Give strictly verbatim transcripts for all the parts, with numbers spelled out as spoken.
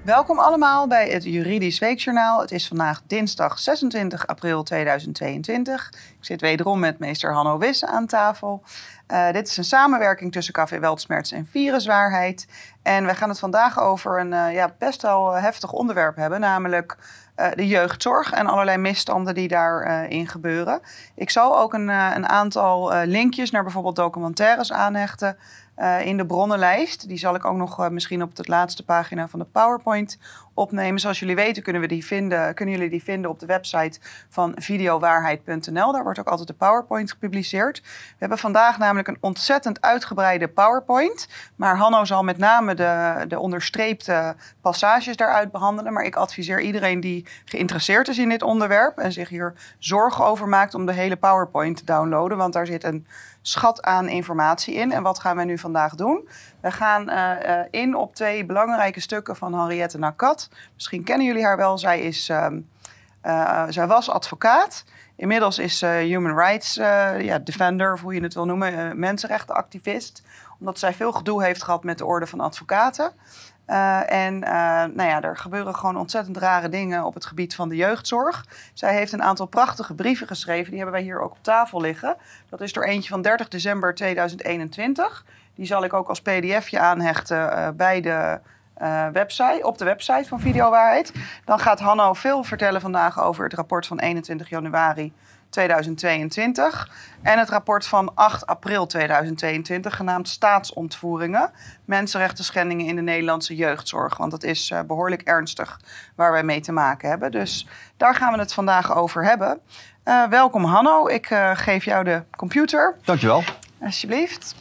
Welkom allemaal bij het Juridisch Weekjournaal. Het is vandaag dinsdag zesentwintig april tweeduizend tweeëntwintig. Ik zit wederom met meester Hanno Wisse aan tafel. Uh, dit is een samenwerking tussen Café Weltsmerts en Viruswaarheid. En wij gaan het vandaag over een uh, ja, best wel heftig onderwerp hebben, namelijk uh, de jeugdzorg en allerlei misstanden die daarin uh, gebeuren. Ik zal ook een, uh, een aantal uh, linkjes naar bijvoorbeeld documentaires aanhechten Uh, in de bronnenlijst. Die zal ik ook nog uh, misschien op de laatste pagina van de PowerPoint opnemen. Zoals jullie weten kunnen, we die vinden, kunnen jullie die vinden op de website van videowaarheid punt n l. Daar wordt ook altijd de PowerPoint gepubliceerd. We hebben vandaag namelijk een ontzettend uitgebreide PowerPoint. Maar Hanno zal met name de, de onderstreepte passages daaruit behandelen. Maar ik adviseer iedereen die geïnteresseerd is in dit onderwerp en zich hier zorgen over maakt om de hele PowerPoint te downloaden. Want daar zit een schat aan informatie in. En wat gaan wij nu vandaag doen? We gaan uh, uh, in op twee belangrijke stukken van Henriette Nakat. Misschien kennen jullie haar wel. Zij, is, uh, uh, zij was advocaat. Inmiddels is ze uh, human rights uh, ja, defender, of hoe je het wil noemen, uh, mensenrechtenactivist. Omdat zij veel gedoe heeft gehad met de orde van advocaten. Uh, en uh, nou ja, er gebeuren gewoon ontzettend rare dingen op het gebied van de jeugdzorg. Zij heeft een aantal prachtige brieven geschreven. Die hebben wij hier ook op tafel liggen. Dat is er eentje van dertig december tweeduizend eenentwintig. Die zal ik ook als pdfje aanhechten uh, bij de uh, website, op de website van Videowaarheid. Dan gaat Hanno veel vertellen vandaag over het rapport van eenentwintig januari tweeduizend tweeëntwintig. En het rapport van acht april tweeduizend tweeëntwintig, genaamd Staatsontvoeringen, mensenrechten schendingen in de Nederlandse jeugdzorg. Want dat is uh, behoorlijk ernstig waar wij mee te maken hebben. Dus daar gaan we het vandaag over hebben. Uh, welkom Hanno, ik uh, geef jou de computer. Dankjewel. Alsjeblieft.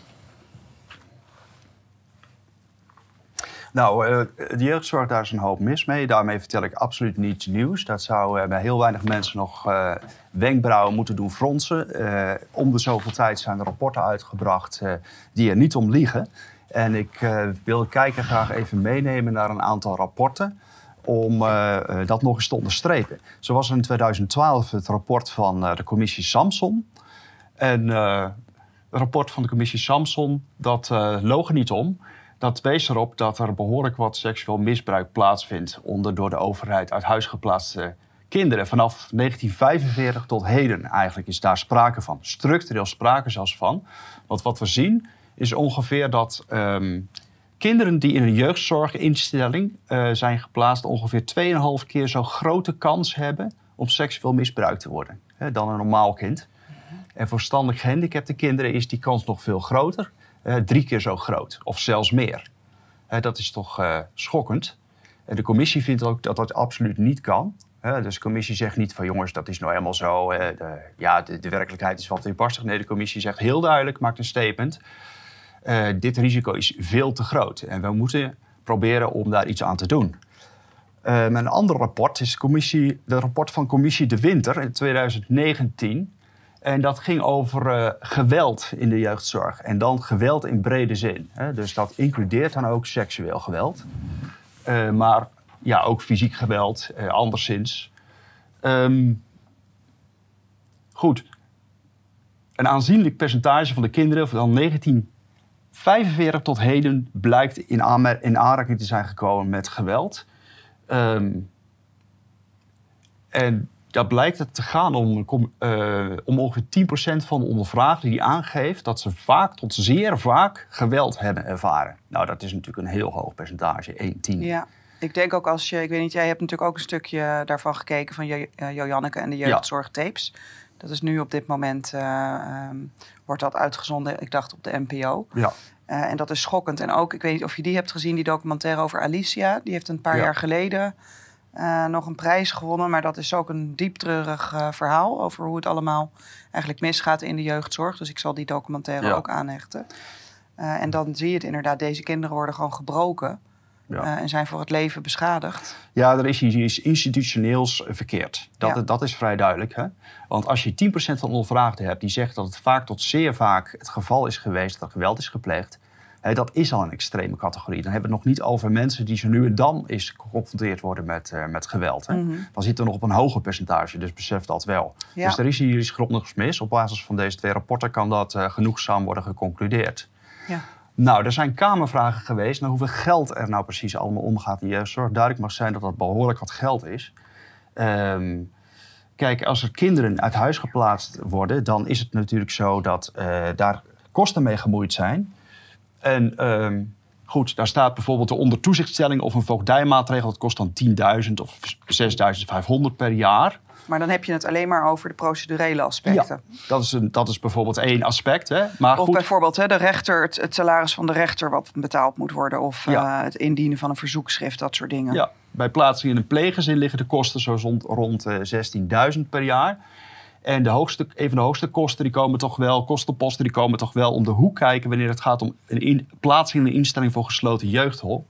Nou, uh, de jeugdzorg, daar is een hoop mis mee. Daarmee vertel ik absoluut niets nieuws. Dat zou uh, bij heel weinig mensen nog uh, wenkbrauwen moeten doen fronsen. Uh, om de zoveel tijd zijn er rapporten uitgebracht uh, die er niet om liegen. En ik uh, wil kijker graag even meenemen naar een aantal rapporten om uh, uh, dat nog eens te onderstrepen. Zo was er in tweeduizend twaalf het rapport van uh, de commissie Samson. En uh, het rapport van de commissie Samson, dat uh, loog er niet om. Dat wees erop dat er behoorlijk wat seksueel misbruik plaatsvindt onder door de overheid uit huis geplaatste kinderen. Vanaf negentien vijfenveertig tot heden eigenlijk is daar sprake van. Structureel sprake zelfs van. Want wat we zien is ongeveer dat um, kinderen die in een jeugdzorginstelling uh, zijn geplaatst ongeveer twee komma vijf keer zo grote kans hebben om seksueel misbruikt te worden hè, dan een normaal kind. En voor verstandelijk gehandicapte kinderen is die kans nog veel groter. Uh, drie keer zo groot, of zelfs meer. Uh, dat is toch uh, schokkend. Uh, de commissie vindt ook dat dat absoluut niet kan. Uh, dus de commissie zegt niet van jongens, dat is nou helemaal zo. Uh, de, ja, de, de werkelijkheid is wat weerbarstig. Nee, de commissie zegt heel duidelijk, maakt een statement. Uh, dit risico is veel te groot. En we moeten proberen om daar iets aan te doen. Uh, een ander rapport is het rapport van commissie De Winter in tweeduizend negentien. En dat ging over uh, geweld in de jeugdzorg. En dan geweld in brede zin. Hè? Dus dat includeert dan ook seksueel geweld. Uh, maar ja, ook fysiek geweld, uh, anderszins. Um, goed. Een aanzienlijk percentage van de kinderen van negentien vijfenveertig tot heden blijkt in, aanmer- in aanraking te zijn gekomen met geweld. Um, en daar blijkt het te gaan om, uh, om ongeveer tien procent van de ondervraagden die aangeeft dat ze vaak tot zeer vaak geweld hebben ervaren. Nou, dat is natuurlijk een heel hoog percentage, één tien. Ja, ik denk ook als je, ik weet niet, jij hebt natuurlijk ook een stukje daarvan gekeken van jo- uh, Joanneke en de jeugdzorgtapes. Ja. Dat is nu op dit moment, uh, um, wordt dat uitgezonden, ik dacht op de N P O. Ja. Uh, en dat is schokkend. En ook, ik weet niet of je die hebt gezien, die documentaire over Alicia. Die heeft een paar ja. jaar geleden Uh, nog een prijs gewonnen, maar dat is ook een dieptreurig uh, verhaal over hoe het allemaal eigenlijk misgaat in de jeugdzorg. Dus ik zal die documentaire ja. ook aanhechten. Uh, en dan zie je het inderdaad, deze kinderen worden gewoon gebroken ja. uh, en zijn voor het leven beschadigd. Ja, er is iets institutioneels verkeerd. Dat, ja. dat is vrij duidelijk. Hè? Want als je tien procent van de ondervraagden hebt die zegt dat het vaak tot zeer vaak het geval is geweest dat geweld is gepleegd, He, dat is al een extreme categorie. Dan hebben we het nog niet over mensen die zo nu en dan eens geconfronteerd worden met, uh, met geweld. Hè. Mm-hmm. Dan zitten we nog op een hoger percentage, dus besef dat wel. Ja. Dus er is hier iets grondigs mis. Op basis van deze twee rapporten kan dat uh, genoegzaam worden geconcludeerd. Ja. Nou, er zijn kamervragen geweest naar hoeveel geld er nou precies allemaal omgaat in jeugdzorg. Duidelijk mag zijn dat dat behoorlijk wat geld is. Um, kijk, als er kinderen uit huis geplaatst worden, dan is het natuurlijk zo dat uh, daar kosten mee gemoeid zijn. En um, goed, daar staat bijvoorbeeld de ondertoezichtstelling of een voogdijmaatregel. Dat kost dan tienduizend of zesduizend vijfhonderd per jaar. Maar dan heb je het alleen maar over de procedurele aspecten. Ja, dat is, een, dat is bijvoorbeeld één aspect. Hè. Maar of goed, bijvoorbeeld hè, de rechter, het, het salaris van de rechter wat betaald moet worden. Of ja. uh, het indienen van een verzoekschrift, dat soort dingen. Ja, bij plaatsing in een pleeggezin liggen de kosten zo rond, rond uh, zestienduizend per jaar. En de hoogste, een van de hoogste kosten die komen toch wel, kostenposten die komen toch wel om de hoek kijken wanneer het gaat om een in, plaatsing in een instelling voor gesloten jeugdhulp.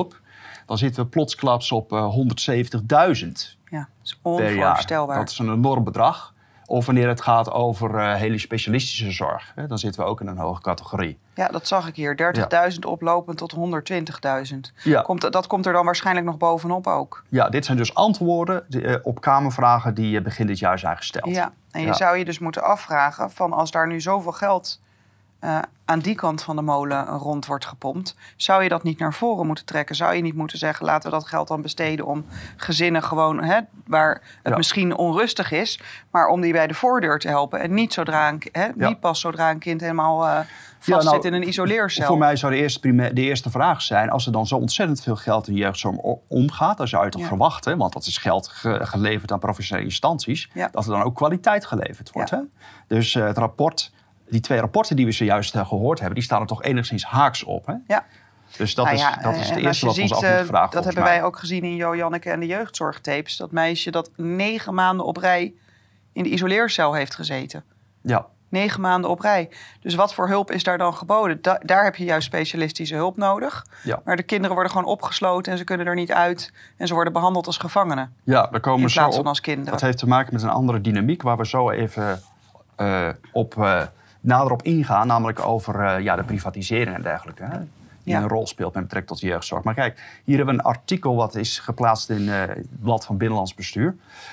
Dan zitten we plotsklaps op uh, honderdzeventigduizend. Ja, dat is onvoorstelbaar. Dat is een enorm bedrag. Of wanneer het gaat over uh, hele specialistische zorg. Hè, dan zitten we ook in een hoge categorie. Ja, dat zag ik hier. dertigduizend ja. oplopend tot honderdtwintigduizend. Ja. Komt, dat komt er dan waarschijnlijk nog bovenop ook. Ja, dit zijn dus antwoorden uh, op Kamervragen die uh, begin dit jaar zijn gesteld. Ja, en je ja. zou je dus moeten afvragen van als daar nu zoveel geld Uh, aan die kant van de molen rond wordt gepompt, zou je dat niet naar voren moeten trekken? Zou je niet moeten zeggen, laten we dat geld dan besteden om gezinnen gewoon, hè, waar het ja. misschien onrustig is, maar om die bij de voordeur te helpen en niet, zodra een, hè, ja. niet pas zodra een kind helemaal uh, vast ja, nou, zit in een isoleercel. Voor mij zou de eerste, primair, de eerste vraag zijn, als er dan zo ontzettend veel geld in jeugdzorg omgaat, dan zou je toch ja. verwachten, want dat is geld ge- geleverd aan professionele instanties, ja. dat er dan ook kwaliteit geleverd wordt. Ja. Hè? Dus uh, het rapport... Die twee rapporten die we zojuist uh, gehoord hebben, die staan er toch enigszins haaks op. Hè? Ja. Dus dat, nou is, ja, dat is het eerste wat we ons af moeten vragen. Dat hebben mij. wij ook gezien in Jo Janneke en de jeugdzorgtapes. Dat meisje dat negen maanden op rij in de isoleercel heeft gezeten. Ja. Negen maanden op rij. Dus wat voor hulp is daar dan geboden? Da- daar heb je juist specialistische hulp nodig. Ja. Maar de kinderen worden gewoon opgesloten en ze kunnen er niet uit. En ze worden behandeld als gevangenen. Ja, daar komen in plaats zo van als kinderen. Dat heeft te maken met een andere dynamiek waar we zo even uh, op... Uh, nader op ingaan, namelijk over uh, ja, de privatisering en dergelijke. Hè, die ja. een rol speelt met betrekking tot jeugdzorg. Maar kijk, hier hebben we een artikel wat is geplaatst in uh, het blad van Binnenlands Bestuur.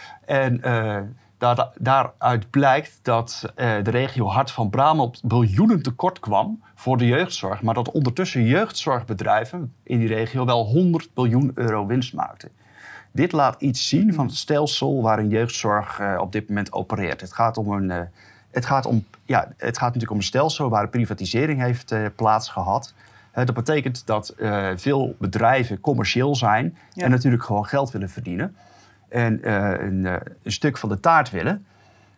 En uh, daar, daaruit blijkt dat uh, de regio Hart van Brabant biljoenen tekort kwam voor de jeugdzorg. Maar dat ondertussen jeugdzorgbedrijven in die regio wel honderd biljoen euro winst maakten. Dit laat iets zien van het stelsel waarin jeugdzorg uh, op dit moment opereert. Het gaat om een... Uh, Het gaat, om, ja, het gaat natuurlijk om een stelsel waar de privatisering heeft uh, plaatsgehad. Uh, dat betekent dat uh, veel bedrijven commercieel zijn ja. en natuurlijk gewoon geld willen verdienen. En uh, een, uh, een stuk van de taart willen.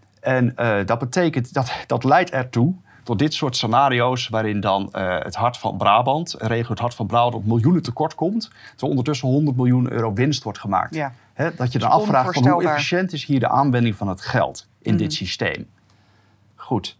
En uh, dat betekent, dat, dat leidt ertoe tot dit soort scenario's waarin dan uh, het Hart van Brabant, regio het Hart van Brabant, op miljoenen tekort komt. Terwijl ondertussen honderd miljoen euro winst wordt gemaakt. Ja. He, dat je dan afvraagt van hoe efficiënt is hier de aanwending van het geld in mm-hmm. dit systeem. Goed.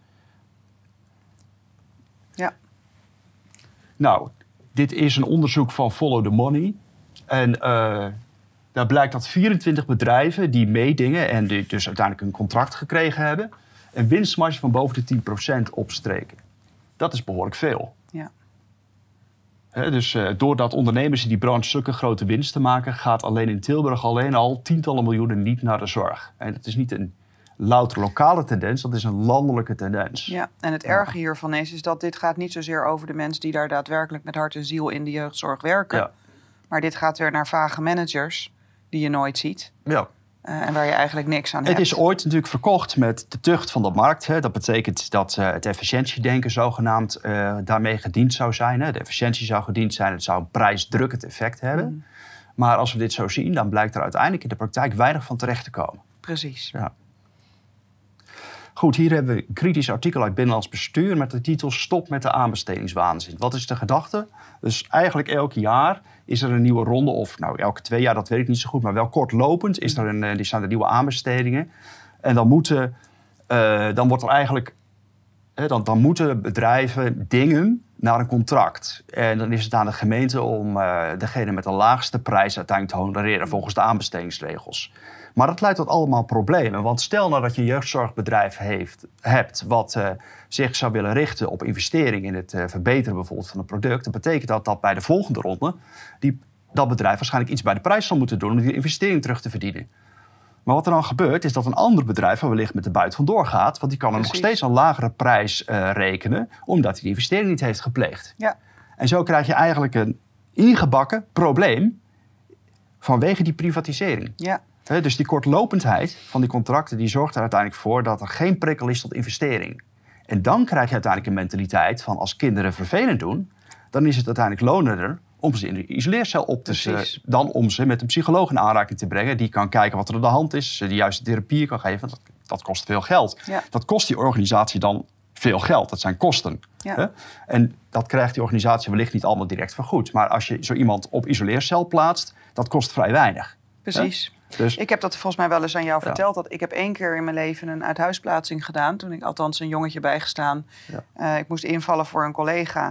Ja. Nou, dit is een onderzoek van Follow the Money. En uh, daar blijkt dat vierentwintig bedrijven die meedingen en die dus uiteindelijk een contract gekregen hebben, een winstmarge van boven de tien procent opstreken. Dat is behoorlijk veel. Ja. He, dus uh, doordat ondernemers in die branche zulke grote winsten maken, gaat alleen in Tilburg alleen al tientallen miljoenen niet naar de zorg. En dat is niet een louter lokale tendens, dat is een landelijke tendens. Ja, en het erge hiervan is, is dat dit gaat niet zozeer over de mensen die daar daadwerkelijk met hart en ziel in de jeugdzorg werken. Ja. Maar dit gaat weer naar vage managers die je nooit ziet. Ja. Uh, en waar je eigenlijk niks aan het hebt. Het is ooit natuurlijk verkocht met de tucht van de markt. Hè. Dat betekent dat uh, het efficiëntiedenken zogenaamd uh, daarmee gediend zou zijn. Hè. De efficiëntie zou gediend zijn, het zou een prijsdrukkend effect hebben. Mm. Maar als we dit zo zien, dan blijkt er uiteindelijk in de praktijk weinig van terecht te komen. Precies. Ja. Goed, hier hebben we een kritisch artikel uit Binnenlands Bestuur met de titel Stop met de aanbestedingswaanzin. Wat is de gedachte? Dus eigenlijk elk jaar is er een nieuwe ronde, of nou elke twee jaar, dat weet ik niet zo goed, maar wel kortlopend is er een, er zijn er nieuwe aanbestedingen. En dan moeten, uh, dan wordt er eigenlijk, eh, dan, dan moeten bedrijven dingen naar een contract. En dan is het aan de gemeente om uh, degene met de laagste prijs uiteindelijk te honoreren volgens de aanbestedingsregels. Maar dat leidt tot allemaal problemen. Want stel nou dat je een jeugdzorgbedrijf heeft, hebt wat uh, zich zou willen richten op investering in het uh, verbeteren bijvoorbeeld van een product. Dat betekent dat dat bij de volgende ronde die, dat bedrijf waarschijnlijk iets bij de prijs zal moeten doen om die investering terug te verdienen. Maar wat er dan gebeurt, is dat een ander bedrijf er wellicht met de buit vandoor gaat. Want die kan er Precies. nog steeds een lagere prijs uh, rekenen, omdat hij de investering niet heeft gepleegd. Ja. En zo krijg je eigenlijk een ingebakken probleem vanwege die privatisering. Ja. He, dus die kortlopendheid van die contracten die zorgt er uiteindelijk voor dat er geen prikkel is tot investering. En dan krijg je uiteindelijk een mentaliteit van als kinderen vervelend doen, dan is het uiteindelijk lonender om ze in de isoleercel op te zetten, dan om ze met een psycholoog in aanraking te brengen die kan kijken wat er aan de hand is, ze de juiste therapie kan geven. Dat, dat kost veel geld. Ja. Dat kost die organisatie dan veel geld. Dat zijn kosten. Ja. Hè? En dat krijgt die organisatie wellicht niet allemaal direct vergoed. Maar als je zo iemand op isoleercel plaatst, dat kost vrij weinig. Precies. Hè? Dus, ik heb dat volgens mij wel eens aan jou ja. verteld. Dat ik heb één keer in mijn leven een uithuisplaatsing gedaan. Toen ik althans een jongetje bijgestaan. Ja. Uh, ik moest invallen voor een collega.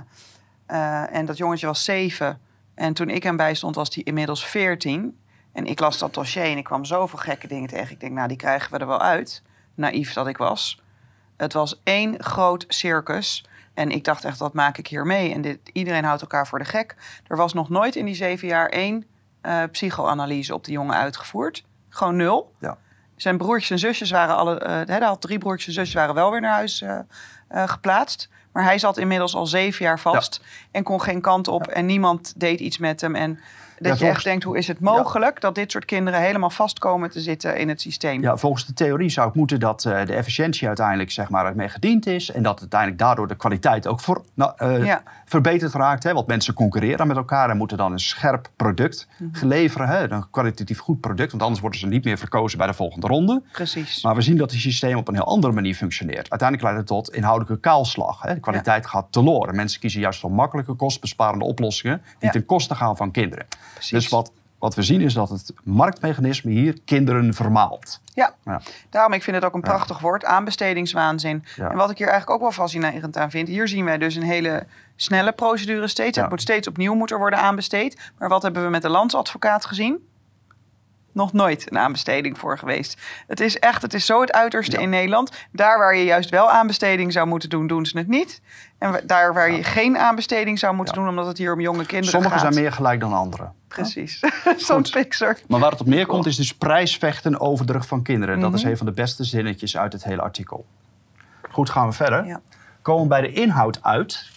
Uh, en dat jongetje was zeven. En toen ik hem bijstond was hij inmiddels veertien. En ik las dat dossier en ik kwam zoveel gekke dingen tegen. Ik denk, nou die krijgen we er wel uit. Naïef dat ik was. Het was één groot circus. En ik dacht echt, wat maak ik hier mee? En dit, iedereen houdt elkaar voor de gek. Er was nog nooit in die zeven jaar één uh, psychoanalyse op de jongen uitgevoerd. Gewoon nul. Ja. Zijn broertjes en zusjes waren alle... Uh, hij had drie broertjes en zusjes waren wel weer naar huis uh, uh, geplaatst. Maar hij zat inmiddels al zeven jaar vast. Ja. En kon geen kant op. Ja. En niemand deed iets met hem. En dat ja, je volgens... echt denkt, hoe is het mogelijk ja. dat dit soort kinderen helemaal vast komen te zitten in het systeem? Ja, volgens de theorie zou het moeten dat uh, de efficiëntie uiteindelijk zeg maar, ermee gediend is. En dat uiteindelijk daardoor de kwaliteit ook voor, nou, uh, ja. verbeterd raakt. Hè? Want mensen concurreren met elkaar en moeten dan een scherp product mm-hmm. geleveren. Hè? Een kwalitatief goed product, want anders worden ze niet meer verkozen bij de volgende ronde. Precies. Maar we zien dat het systeem op een heel andere manier functioneert. Uiteindelijk leidt het tot inhoudelijke kaalslag. Hè? De kwaliteit ja. gaat teloor. Mensen kiezen juist voor makkelijke, kostbesparende oplossingen die ja. ten koste gaan van kinderen. Precies. Dus wat, wat we zien is dat het marktmechanisme hier kinderen vermaalt. Ja, ja. daarom ik vind het ook een prachtig ja. woord, aanbestedingswaanzin. Ja. En wat ik hier eigenlijk ook wel fascinerend aan vind, hier zien wij dus een hele snelle procedure steeds. Ja. Het moet steeds opnieuw moeten worden aanbesteed. Maar wat hebben we met de landsadvocaat gezien? Nog nooit een aanbesteding voor geweest. Het is echt, het is zo het uiterste ja. in Nederland. Daar waar je juist wel aanbesteding zou moeten doen, doen ze het niet. En daar waar je ja. geen aanbesteding zou moeten ja. doen, omdat het hier om jonge kinderen Sommigen gaat. Sommigen zijn meer gelijk dan anderen. Precies, ja? Zo'n Pixar. Maar waar het op neerkomt is dus prijsvechten over de rug van kinderen. Mm-hmm. Dat is een van de beste zinnetjes uit het hele artikel. Goed, gaan we verder. Ja. Komen we bij de inhoud uit.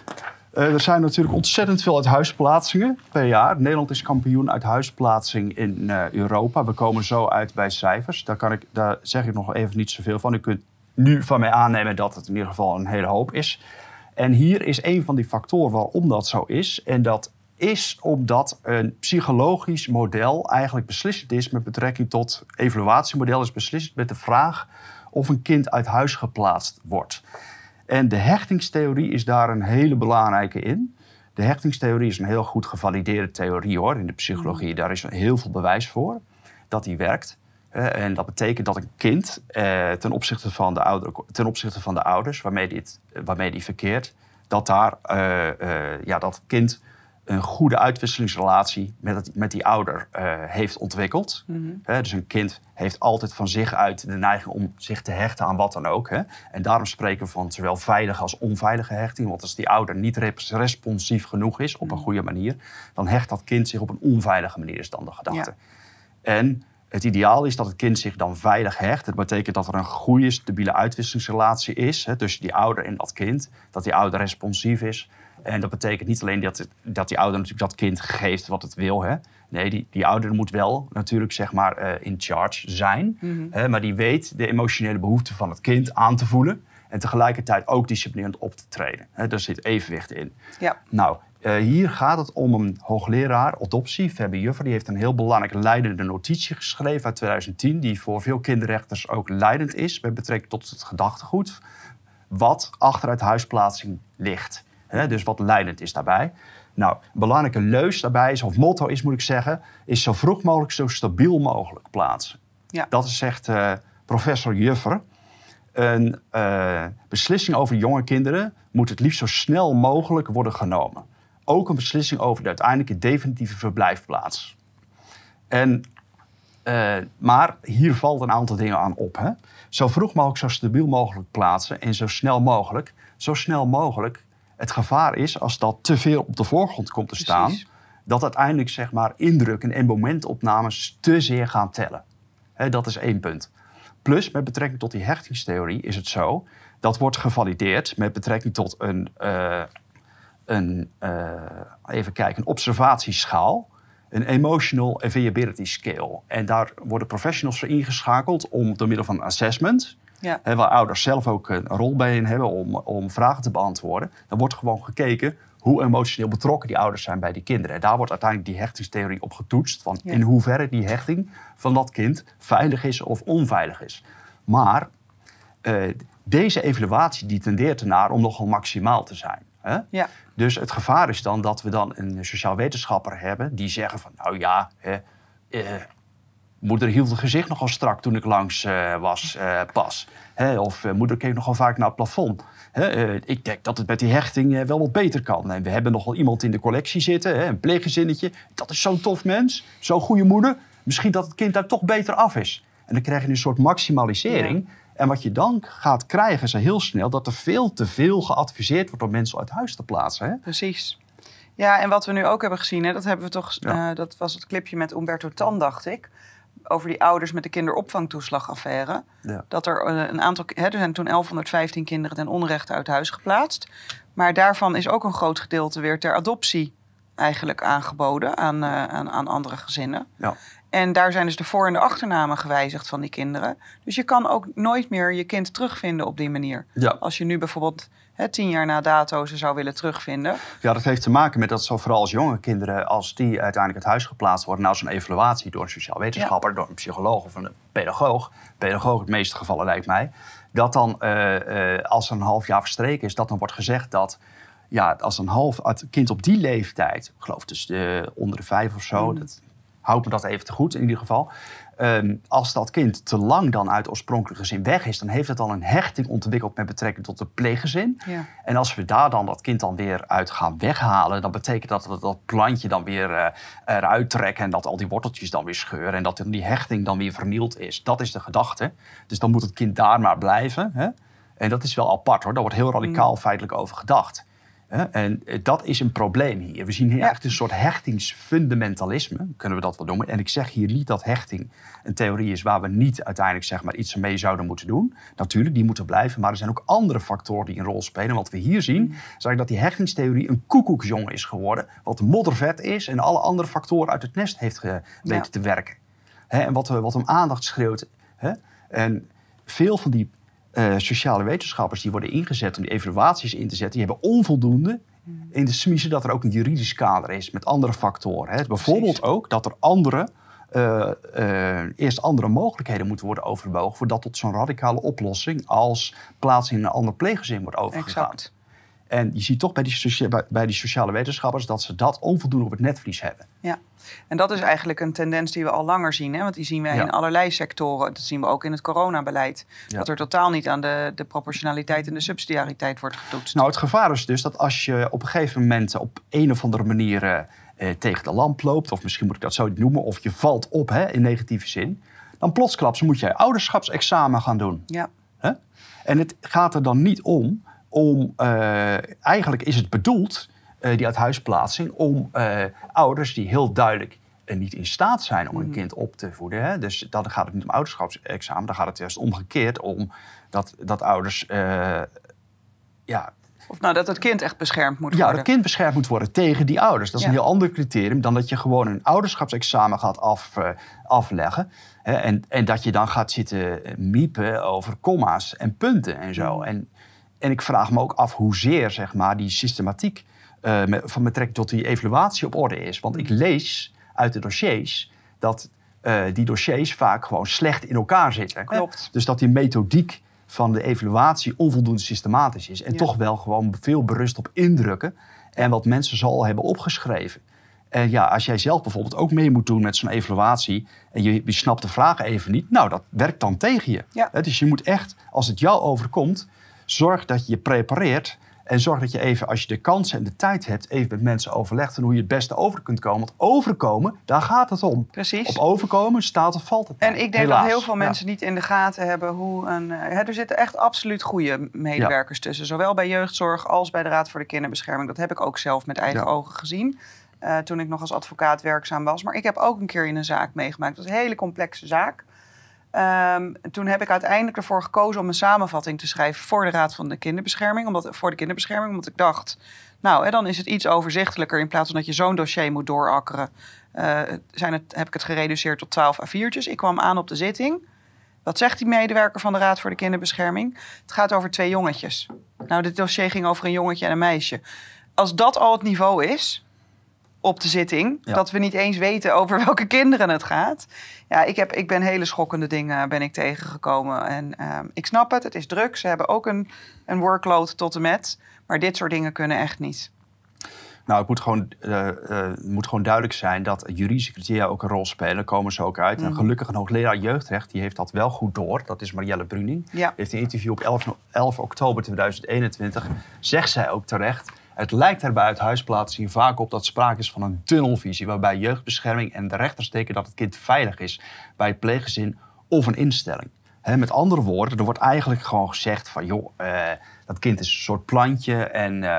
Uh, er zijn natuurlijk ontzettend veel uithuisplaatsingen per jaar. Nederland is kampioen uithuisplaatsing in uh, Europa. We komen zo uit bij cijfers. Daar, kan ik, daar zeg ik nog even niet zoveel van. U kunt nu van mij aannemen dat het in ieder geval een hele hoop is. En hier is een van die factoren waarom dat zo is. En dat is omdat een psychologisch model eigenlijk beslissend is met betrekking tot evaluatiemodel is beslissend met de vraag of een kind uit huis geplaatst wordt. En de hechtingstheorie is daar een hele belangrijke in. De hechtingstheorie is een heel goed gevalideerde theorie hoor, in de psychologie. Daar is heel veel bewijs voor dat die werkt. Uh, en dat betekent dat een kind uh, ten, opzichte van de ouder, ten opzichte van de ouders waarmee die, het, waarmee die verkeert, dat daar uh, uh, ja, dat kind een goede uitwisselingsrelatie met, het, met die ouder uh, heeft ontwikkeld. Mm-hmm. He, dus een kind heeft altijd van zich uit de neiging om zich te hechten aan wat dan ook. He. En daarom spreken we van zowel veilige als onveilige hechting. Want als die ouder niet responsief genoeg is op een goede manier, dan hecht dat kind zich op een onveilige manier, is dan de gedachte. Ja. En het ideaal is dat het kind zich dan veilig hecht. Dat betekent dat er een goede, stabiele uitwisselingsrelatie is he, tussen die ouder en dat kind. Dat die ouder responsief is. En dat betekent niet alleen dat, het, dat die ouder natuurlijk dat kind geeft wat het wil. Hè. Nee, die, die ouder moet wel natuurlijk zeg maar uh, in charge zijn. Mm-hmm. Hè, maar die weet de emotionele behoeften van het kind aan te voelen. En tegelijkertijd ook disciplinerend op te treden. Hè, daar zit evenwicht in. Ja. Nou, uh, hier gaat het om een hoogleraar adoptie, Febbe Juffer. Die heeft een heel belangrijke leidende notitie geschreven uit twintig tien. Die voor veel kinderrechters ook leidend is met betrekking tot het gedachtegoed. Wat achter uithuisplaatsing ligt. He, dus wat leidend is daarbij. Nou, een belangrijke leus daarbij is, of motto is moet ik zeggen, is zo vroeg mogelijk, zo stabiel mogelijk plaatsen. Ja. Dat is, zegt uh, professor Juffer. Een uh, beslissing over jonge kinderen moet het liefst zo snel mogelijk worden genomen. Ook een beslissing over de uiteindelijke definitieve verblijfplaats. En, uh, maar hier valt een aantal dingen aan op. Hè? Zo vroeg mogelijk, zo stabiel mogelijk plaatsen en zo snel mogelijk. Zo snel mogelijk. Het gevaar is, als dat te veel op de voorgrond komt te staan, precies, dat uiteindelijk zeg maar, indrukken en momentopnames te zeer gaan tellen. He, dat is één punt. Plus, met betrekking tot die hechtingstheorie is het zo... dat wordt gevalideerd met betrekking tot een, uh, een, uh, even kijken, een observatieschaal... een emotional availability scale. En daar worden professionals voor ingeschakeld om door middel van assessment... Ja. He, waar ouders zelf ook een rol bij in hebben om, om vragen te beantwoorden... dan wordt gewoon gekeken hoe emotioneel betrokken die ouders zijn bij die kinderen. En daar wordt uiteindelijk die hechtingstheorie op getoetst... van ja. in hoeverre die hechting van dat kind veilig is of onveilig is. Maar uh, deze evaluatie die tendeert ernaar om nogal maximaal te zijn. Hè? Ja. Dus het gevaar is dan dat we dan een sociaal wetenschapper hebben... die zeggen van, nou ja... Hè, uh, moeder hield het gezicht nogal strak toen ik langs uh, was uh, pas. He, of uh, moeder keek nogal vaak naar het plafond. He, uh, ik denk dat het met die hechting uh, wel wat beter kan. En we hebben nogal iemand in de collectie zitten, he, een pleeggezinnetje. Dat is zo'n tof mens, zo'n goede moeder. Misschien dat het kind daar toch beter af is. En dan krijg je een soort maximalisering. Ja. En wat je dan gaat krijgen is heel snel... dat er veel te veel geadviseerd wordt om mensen uit huis te plaatsen. Hè? Precies. Ja, en wat we nu ook hebben gezien... Hè, dat, hebben we toch, ja. uh, dat was het clipje met Umberto Tan, dacht ik... over die ouders met de kinderopvangtoeslagaffaire. Ja. Dat er uh, een aantal... Hè, er zijn toen elfhonderdvijftien kinderen ten onrechte uit huis geplaatst. Maar daarvan is ook een groot gedeelte weer ter adoptie eigenlijk aangeboden aan, uh, aan, aan andere gezinnen. Ja. En daar zijn dus de voor- en de achternamen gewijzigd van die kinderen. Dus je kan ook nooit meer je kind terugvinden op die manier. Ja. Als je nu bijvoorbeeld hè, tien jaar na dato ze zou willen terugvinden. Ja, dat heeft te maken met dat zo vooral als jonge kinderen... als die uiteindelijk uit huis geplaatst worden... nou zo'n evaluatie door een sociaal wetenschapper... Ja. door een psycholoog of een pedagoog... pedagoog in de meeste gevallen lijkt mij... dat dan uh, uh, als er een half jaar verstreken is... dat dan wordt gezegd dat... ja, als een half het kind op die leeftijd... ik geloof dus de, onder de vijf of zo... Mm. Dat, houd me dat even te goed in ieder geval. Um, als dat kind te lang dan uit het oorspronkelijke gezin weg is... dan heeft het al een hechting ontwikkeld met betrekking tot het pleeggezin. Ja. En als we daar dan dat kind dan weer uit gaan weghalen... dan betekent dat dat, dat plantje dan weer uh, eruit trekken... en dat al die worteltjes dan weer scheuren... en dat die hechting dan weer vernield is. Dat is de gedachte. Dus dan moet het kind daar maar blijven. Hè? En dat is wel apart hoor. Daar wordt heel radicaal mm. feitelijk over gedacht. En dat is een probleem hier. We zien hier ja. echt een soort hechtingsfundamentalisme, kunnen we dat wel noemen. En ik zeg hier niet dat hechting een theorie is waar we niet uiteindelijk zeg maar, iets mee zouden moeten doen. Natuurlijk, die moeten blijven. Maar er zijn ook andere factoren die een rol spelen. En wat we hier zien, is eigenlijk dat die hechtingstheorie een koekoeksjong is geworden. Wat moddervet is en alle andere factoren uit het nest heeft weten ja. te werken. He, en wat, wat om aandacht schreeuwt. He? En veel van die Uh, sociale wetenschappers die worden ingezet om die evaluaties in te zetten... die hebben onvoldoende in de smiezen dat er ook een juridisch kader is... met andere factoren. Hè. Bijvoorbeeld Precies. ook dat er andere, uh, uh, eerst andere mogelijkheden moeten worden overwogen... voordat tot zo'n radicale oplossing als plaatsing in een ander pleeggezin wordt overgegaan. Exact. En je ziet toch bij die, socia- bij, bij die sociale wetenschappers... dat ze dat onvoldoende op het netvlies hebben. Ja, en dat is eigenlijk een tendens die we al langer zien. Hè? Want die zien wij ja. in allerlei sectoren. Dat zien we ook in het coronabeleid. Ja. Dat er totaal niet aan de, de proportionaliteit en de subsidiariteit wordt getoetst. Nou, het gevaar is dus dat als je op een gegeven moment... op een of andere manier uh, tegen de lamp loopt... of misschien moet ik dat zo noemen... of je valt op hè, in negatieve zin... dan plotsklaps moet je ouderschapsexamen gaan doen. Ja. Huh? En het gaat er dan niet om... om uh, eigenlijk is het bedoeld, uh, die uithuisplaatsing... om uh, ouders die heel duidelijk uh, niet in staat zijn om een kind op te voeden. Hè? Dus dan gaat het niet om ouderschapsexamen. Dan gaat het juist omgekeerd om dat, dat ouders... Uh, ja, Of nou, dat het kind echt beschermd moet ja, worden. Ja, dat kind beschermd moet worden tegen die ouders. Dat is ja. een heel ander criterium dan dat je gewoon een ouderschapsexamen gaat af, uh, afleggen. Hè? En, en dat je dan gaat zitten miepen over komma's en punten en zo. En, en ik vraag me ook af hoezeer zeg maar, die systematiek uh, met, van betrekking tot die evaluatie op orde is. Want ik lees uit de dossiers dat uh, die dossiers vaak gewoon slecht in elkaar zitten. Klopt. Dus dat die methodiek van de evaluatie onvoldoende systematisch is. En ja. toch wel gewoon veel berust op indrukken. En wat mensen zo al hebben opgeschreven. En ja, als jij zelf bijvoorbeeld ook mee moet doen met zo'n evaluatie... en je, je snapt de vragen even niet, nou, dat werkt dan tegen je. Ja. Dus je moet echt, als het jou overkomt... zorg dat je je prepareert... en zorg dat je even, als je de kansen en de tijd hebt... even met mensen overlegt en hoe je het beste over kunt komen. Want overkomen, daar gaat het om. Precies. Op overkomen staat of valt het. En ik denk Helaas. dat heel veel mensen ja. niet in de gaten hebben hoe een... Hè, er zitten echt absoluut goede medewerkers ja. tussen. Zowel bij jeugdzorg als bij de Raad voor de Kinderbescherming. Dat heb ik ook zelf met eigen ja. ogen gezien. Uh, toen ik nog als advocaat werkzaam was. Maar ik heb ook een keer in een zaak meegemaakt. Dat was een hele complexe zaak. Um, toen heb ik uiteindelijk ervoor gekozen om een samenvatting te schrijven voor de Raad van de Kinderbescherming. Omdat, voor de kinderbescherming, omdat ik dacht, nou, hè, dan is het iets overzichtelijker in plaats van dat je zo'n dossier moet doorakkeren. Uh, zijn het, heb ik het gereduceerd tot twaalf A viertjes. Ik kwam aan op de zitting. Wat zegt die medewerker van de Raad voor de Kinderbescherming? Het gaat over twee jongetjes. Nou, dit dossier ging over een jongetje en een meisje. Als dat al het niveau is op de zitting, ja. dat we niet eens weten over welke kinderen het gaat. Ja, ik, heb, ik ben hele schokkende dingen ben ik tegengekomen. En uh, ik snap het, het is druk. Ze hebben ook een, een workload tot en met. Maar dit soort dingen kunnen echt niet. Nou, het moet gewoon, uh, uh, moet gewoon duidelijk zijn dat juridische criteria ook een rol spelen. Daar komen ze ook uit. Mm. En gelukkig een hoogleraar jeugdrecht, die heeft dat wel goed door. Dat is Marielle Bruning. Ja. Die heeft een interview op elf oktober tweeduizend eenentwintig. Zegt zij ook terecht. Het lijkt er bij uithuisplaatsing vaak op dat sprake is van een tunnelvisie, waarbij jeugdbescherming en de rechters steken dat het kind veilig is bij het pleeggezin of een instelling. He, met andere woorden, er wordt eigenlijk gewoon gezegd van, joh, uh, dat kind is een soort plantje en uh,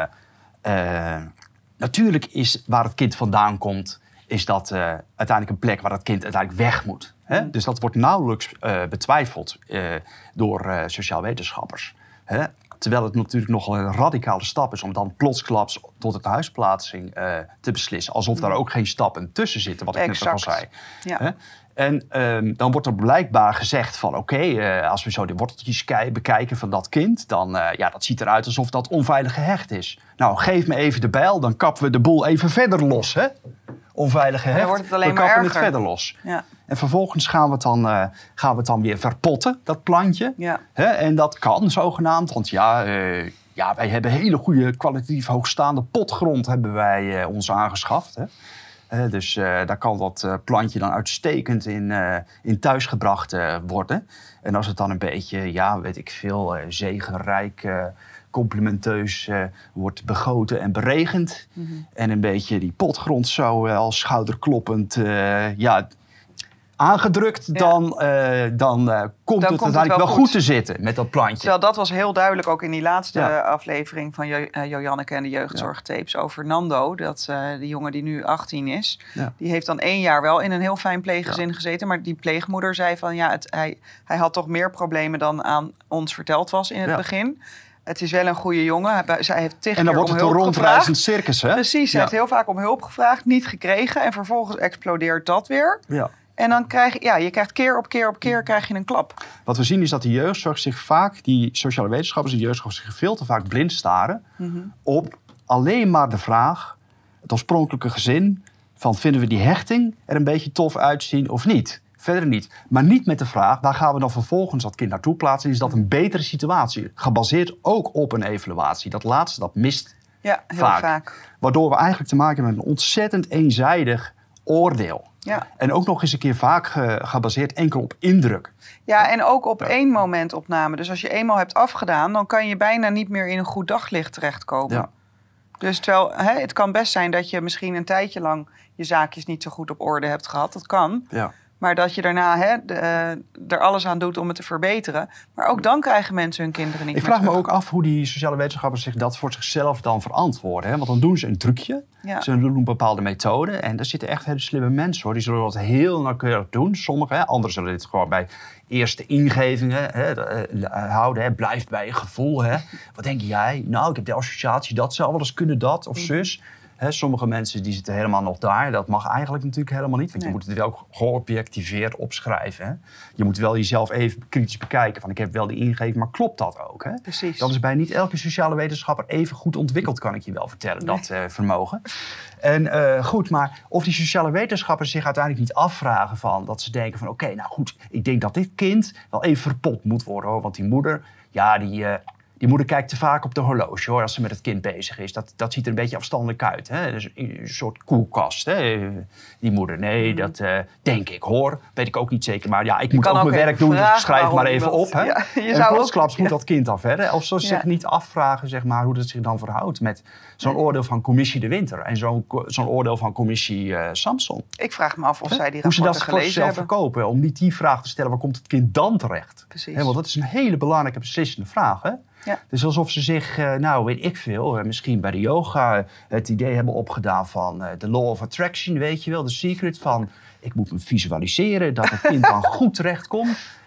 uh, natuurlijk is waar het kind vandaan komt, is dat uh, uiteindelijk een plek waar dat kind uiteindelijk weg moet. He? Mm. Dus dat wordt nauwelijks uh, betwijfeld uh, door uh, sociaal wetenschappers. He? Terwijl het natuurlijk nogal een radicale stap is om dan plotsklaps tot het huisplaatsing uh, te beslissen. Alsof daar ook geen stappen tussen zitten, wat ik exact. net al zei. Ja. He? En um, dan wordt er blijkbaar gezegd van oké, okay, uh, als we zo de worteltjes bekijken van dat kind, dan uh, ja, dat ziet eruit alsof dat onveilig gehecht is. Nou, geef me even de bijl, dan kappen we de boel even verder los. Hè? Onveilig gehecht, dan wordt het alleen we maar kappen erger. het verder los. Ja. En vervolgens gaan we het dan, uh, gaan we het dan weer verpotten, dat plantje. Ja. Hè? En dat kan zogenaamd, want ja, uh, ja, wij hebben hele goede kwalitatief hoogstaande potgrond hebben wij uh, ons aangeschaft. Hè? Uh, dus uh, daar kan dat uh, plantje dan uitstekend in, uh, in thuis gebracht uh, worden. En als het dan een beetje, ja, weet ik veel, uh, zegenrijk, uh, complimenteus uh, wordt begoten en beregend. Mm-hmm. En een beetje die potgrond zo uh, als schouderkloppend, uh, ja, aangedrukt, ja. dan, uh, dan uh, komt dan het komt uiteindelijk het wel, wel goed. goed te zitten met dat plantje. Terwijl dat was heel duidelijk ook in die laatste ja. aflevering van jo- uh, Joanneke en de jeugdzorgtapes ja. over Nando. Dat uh, die jongen die nu achttien is, ja. die heeft dan één jaar wel in een heel fijn pleeggezin ja. gezeten. Maar die pleegmoeder zei van ja, het, hij, hij had toch meer problemen dan aan ons verteld was in het ja. begin. Het is wel een goede jongen. Zij heeft tig en dan wordt het een rondreizend circus, hè? Precies, hij ja. heeft heel vaak om hulp gevraagd, niet gekregen. En vervolgens explodeert dat weer. Ja. En dan krijg je, ja, je krijgt keer op keer op keer krijg je een klap. Wat we zien is dat de jeugdzorg zich vaak, die sociale wetenschappers en de jeugdzorg zich veel te vaak blind staren mm-hmm. op alleen maar de vraag, het oorspronkelijke gezin, van vinden we die hechting er een beetje tof uitzien of niet? Verder niet. Maar niet met de vraag, waar gaan we dan vervolgens dat kind naartoe plaatsen? Is dat een betere situatie? Gebaseerd ook op een evaluatie. Dat laatste, dat mist ja, heel vaak. vaak. Waardoor we eigenlijk te maken hebben met een ontzettend eenzijdig oordeel. Ja. En ook nog eens een keer vaak ge- gebaseerd enkel op indruk. Ja, en ook op ja. één momentopname. Dus als je eenmaal hebt afgedaan, dan kan je bijna niet meer in een goed daglicht terechtkomen. Ja. Dus terwijl, hè, het kan best zijn dat je misschien een tijdje lang je zaakjes niet zo goed op orde hebt gehad. Dat kan. Ja. Maar dat je daarna hè, de, uh, er alles aan doet om het te verbeteren. Maar ook dan krijgen mensen hun kinderen niet Ik meer vraag terug. me ook af hoe die sociale wetenschappers zich dat voor zichzelf dan verantwoorden. Hè? Want dan doen ze een trucje. Ja. Ze doen een bepaalde methode. En daar zitten echt hele slimme mensen, hoor. Die zullen dat heel nauwkeurig doen. Sommigen, hè. Anderen zullen dit gewoon bij eerste ingevingen hè, houden. Hè. Blijf bij je gevoel. Hè. Wat denk jij? Nou, ik heb de associatie, dat zou wel eens kunnen, dat of zus. He, sommige mensen die zitten helemaal nog daar. Dat mag eigenlijk natuurlijk helemaal niet. Want nee. je moet het wel geobjectiveerd opschrijven. Hè. Je moet wel jezelf even kritisch bekijken. Van ik heb wel die ingeving, maar klopt dat ook? Hè? Precies. Dat is bij niet elke sociale wetenschapper even goed ontwikkeld, kan ik je wel vertellen, nee. dat uh, vermogen. En uh, goed, maar of die sociale wetenschappers zich uiteindelijk niet afvragen van dat ze denken van oké, okay, nou goed, ik denk dat dit kind wel even verpot moet worden, hoor. Want die moeder, ja, die... Uh, Die moeder kijkt te vaak op de horloge, hoor, als ze met het kind bezig is. Dat, dat ziet er een beetje afstandelijk uit. Hè? Dus een soort koelkast, hè? Die moeder. Nee, mm. dat uh, denk ik, hoor. Weet ik ook niet zeker. Maar ja, ik je moet ook, ook mijn werk doen, dus ik schrijf maar even iemand, op. Hè? Ja, en plotsklaps ja. moet dat kind dan verder. Of ze ja. zich niet afvragen, zeg maar, hoe dat zich dan verhoudt met zo'n nee. oordeel van commissie De Winter. En zo'n, zo'n oordeel van commissie uh, Samson. Ik vraag me af of hè? zij die rapporten gelezen hebben. Hoe ze dat voor zichzelf verkopen. Om niet die vraag te stellen, waar komt het kind dan terecht? Precies. Hè, want dat is een hele belangrijke beslissende vraag, hè? Ja. Dus alsof ze zich, uh, nou weet ik veel, uh, misschien bij de yoga uh, het idee hebben opgedaan van uh, de law of attraction, weet je wel, de secret van ik moet me visualiseren dat het kind dan goed terechtkomt.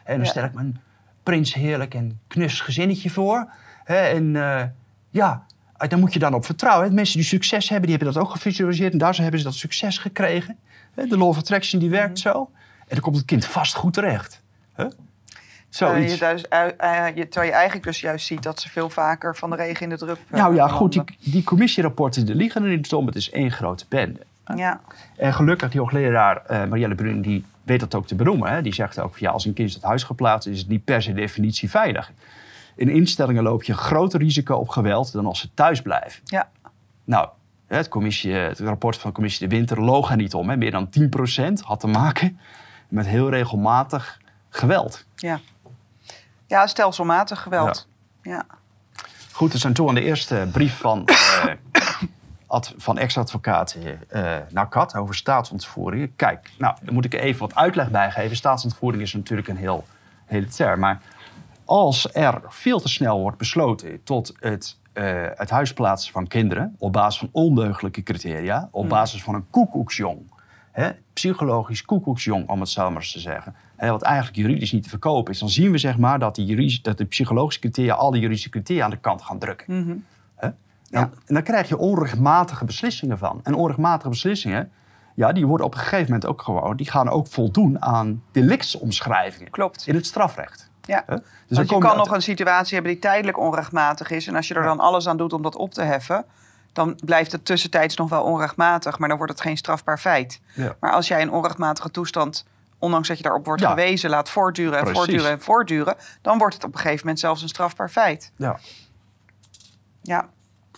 En dan ja. stel ik me een prins heerlijk en knus gezinnetje voor. Hè, en uh, ja, daar moet je dan op vertrouwen. Hè. Mensen die succes hebben, die hebben dat ook gevisualiseerd. En daar hebben ze dat succes gekregen. Hè. De law of attraction die werkt mm-hmm. zo. En dan komt het kind vast goed terecht. Huh? Uh, je dus, uh, uh, je, terwijl je eigenlijk dus juist ziet dat ze veel vaker van de regen in de drup uh, Nou ja, goed, die, die commissierapporten die liggen er niet om. Het is één grote bende. Ja. En gelukkig, die hoogleraar uh, Marielle Brun, die weet dat ook te benoemen. Hè? Die zegt ook, ja, als een kind het huis geplaatst is, is het niet per se definitie veilig. In instellingen loop je een groter risico op geweld dan als ze thuis blijven. Ja. Nou, het, commissie, het rapport van de commissie De Winter loog er niet om. Hè? Meer dan tien procent had te maken met heel regelmatig geweld. Ja, ja stelselmatig geweld. Ja. Ja. Goed, we zijn toe aan de eerste brief van, uh, ad, van ex-advocaat uh, Nakat over staatsontvoeringen. Kijk, nou, daar moet ik even wat uitleg bij geven. Staatsontvoering is natuurlijk een heel, hele term. Maar als er veel te snel wordt besloten tot het, uh, het huisplaatsen van kinderen op basis van ondeugdelijke criteria, op basis van een koekoeksjong, hè, psychologisch koekoeksjong, om het zo maar eens te zeggen, hè, wat eigenlijk juridisch niet te verkopen is, dan zien we zeg maar dat, die juridische, dat de psychologische criteria al die juridische criteria aan de kant gaan drukken. Mm-hmm. Hè? Ja. En, en dan krijg je onrechtmatige beslissingen van. En onrechtmatige beslissingen, ja, die worden op een gegeven moment ook gewoon, die gaan ook voldoen aan delictsomschrijvingen. Klopt. In het strafrecht. Ja. Huh? Dus Want je kan nog een situatie hebben die tijdelijk onrechtmatig is. En als je er dan alles aan doet om dat op te heffen, dan blijft het tussentijds nog wel onrechtmatig, maar dan wordt het geen strafbaar feit. Ja. Maar als jij een onrechtmatige toestand, ondanks dat je daarop wordt ja. gewezen, laat voortduren en Precies. voortduren en voortduren, dan wordt het op een gegeven moment zelfs een strafbaar feit. Ja. Ja.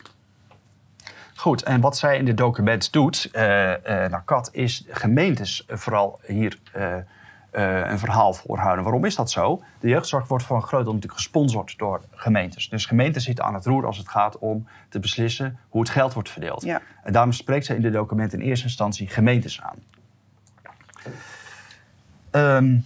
Goed, en wat zij in dit document doet, uh, uh, nou, Kat, is gemeentes vooral hier uh, uh, een verhaal voorhouden. Waarom is dat zo? De jeugdzorg wordt voor een groot deel natuurlijk gesponsord door gemeentes. Dus gemeenten zitten aan het roer als het gaat om te beslissen hoe het geld wordt verdeeld. Ja. En daarom spreekt zij in dit document in eerste instantie gemeentes aan. Um,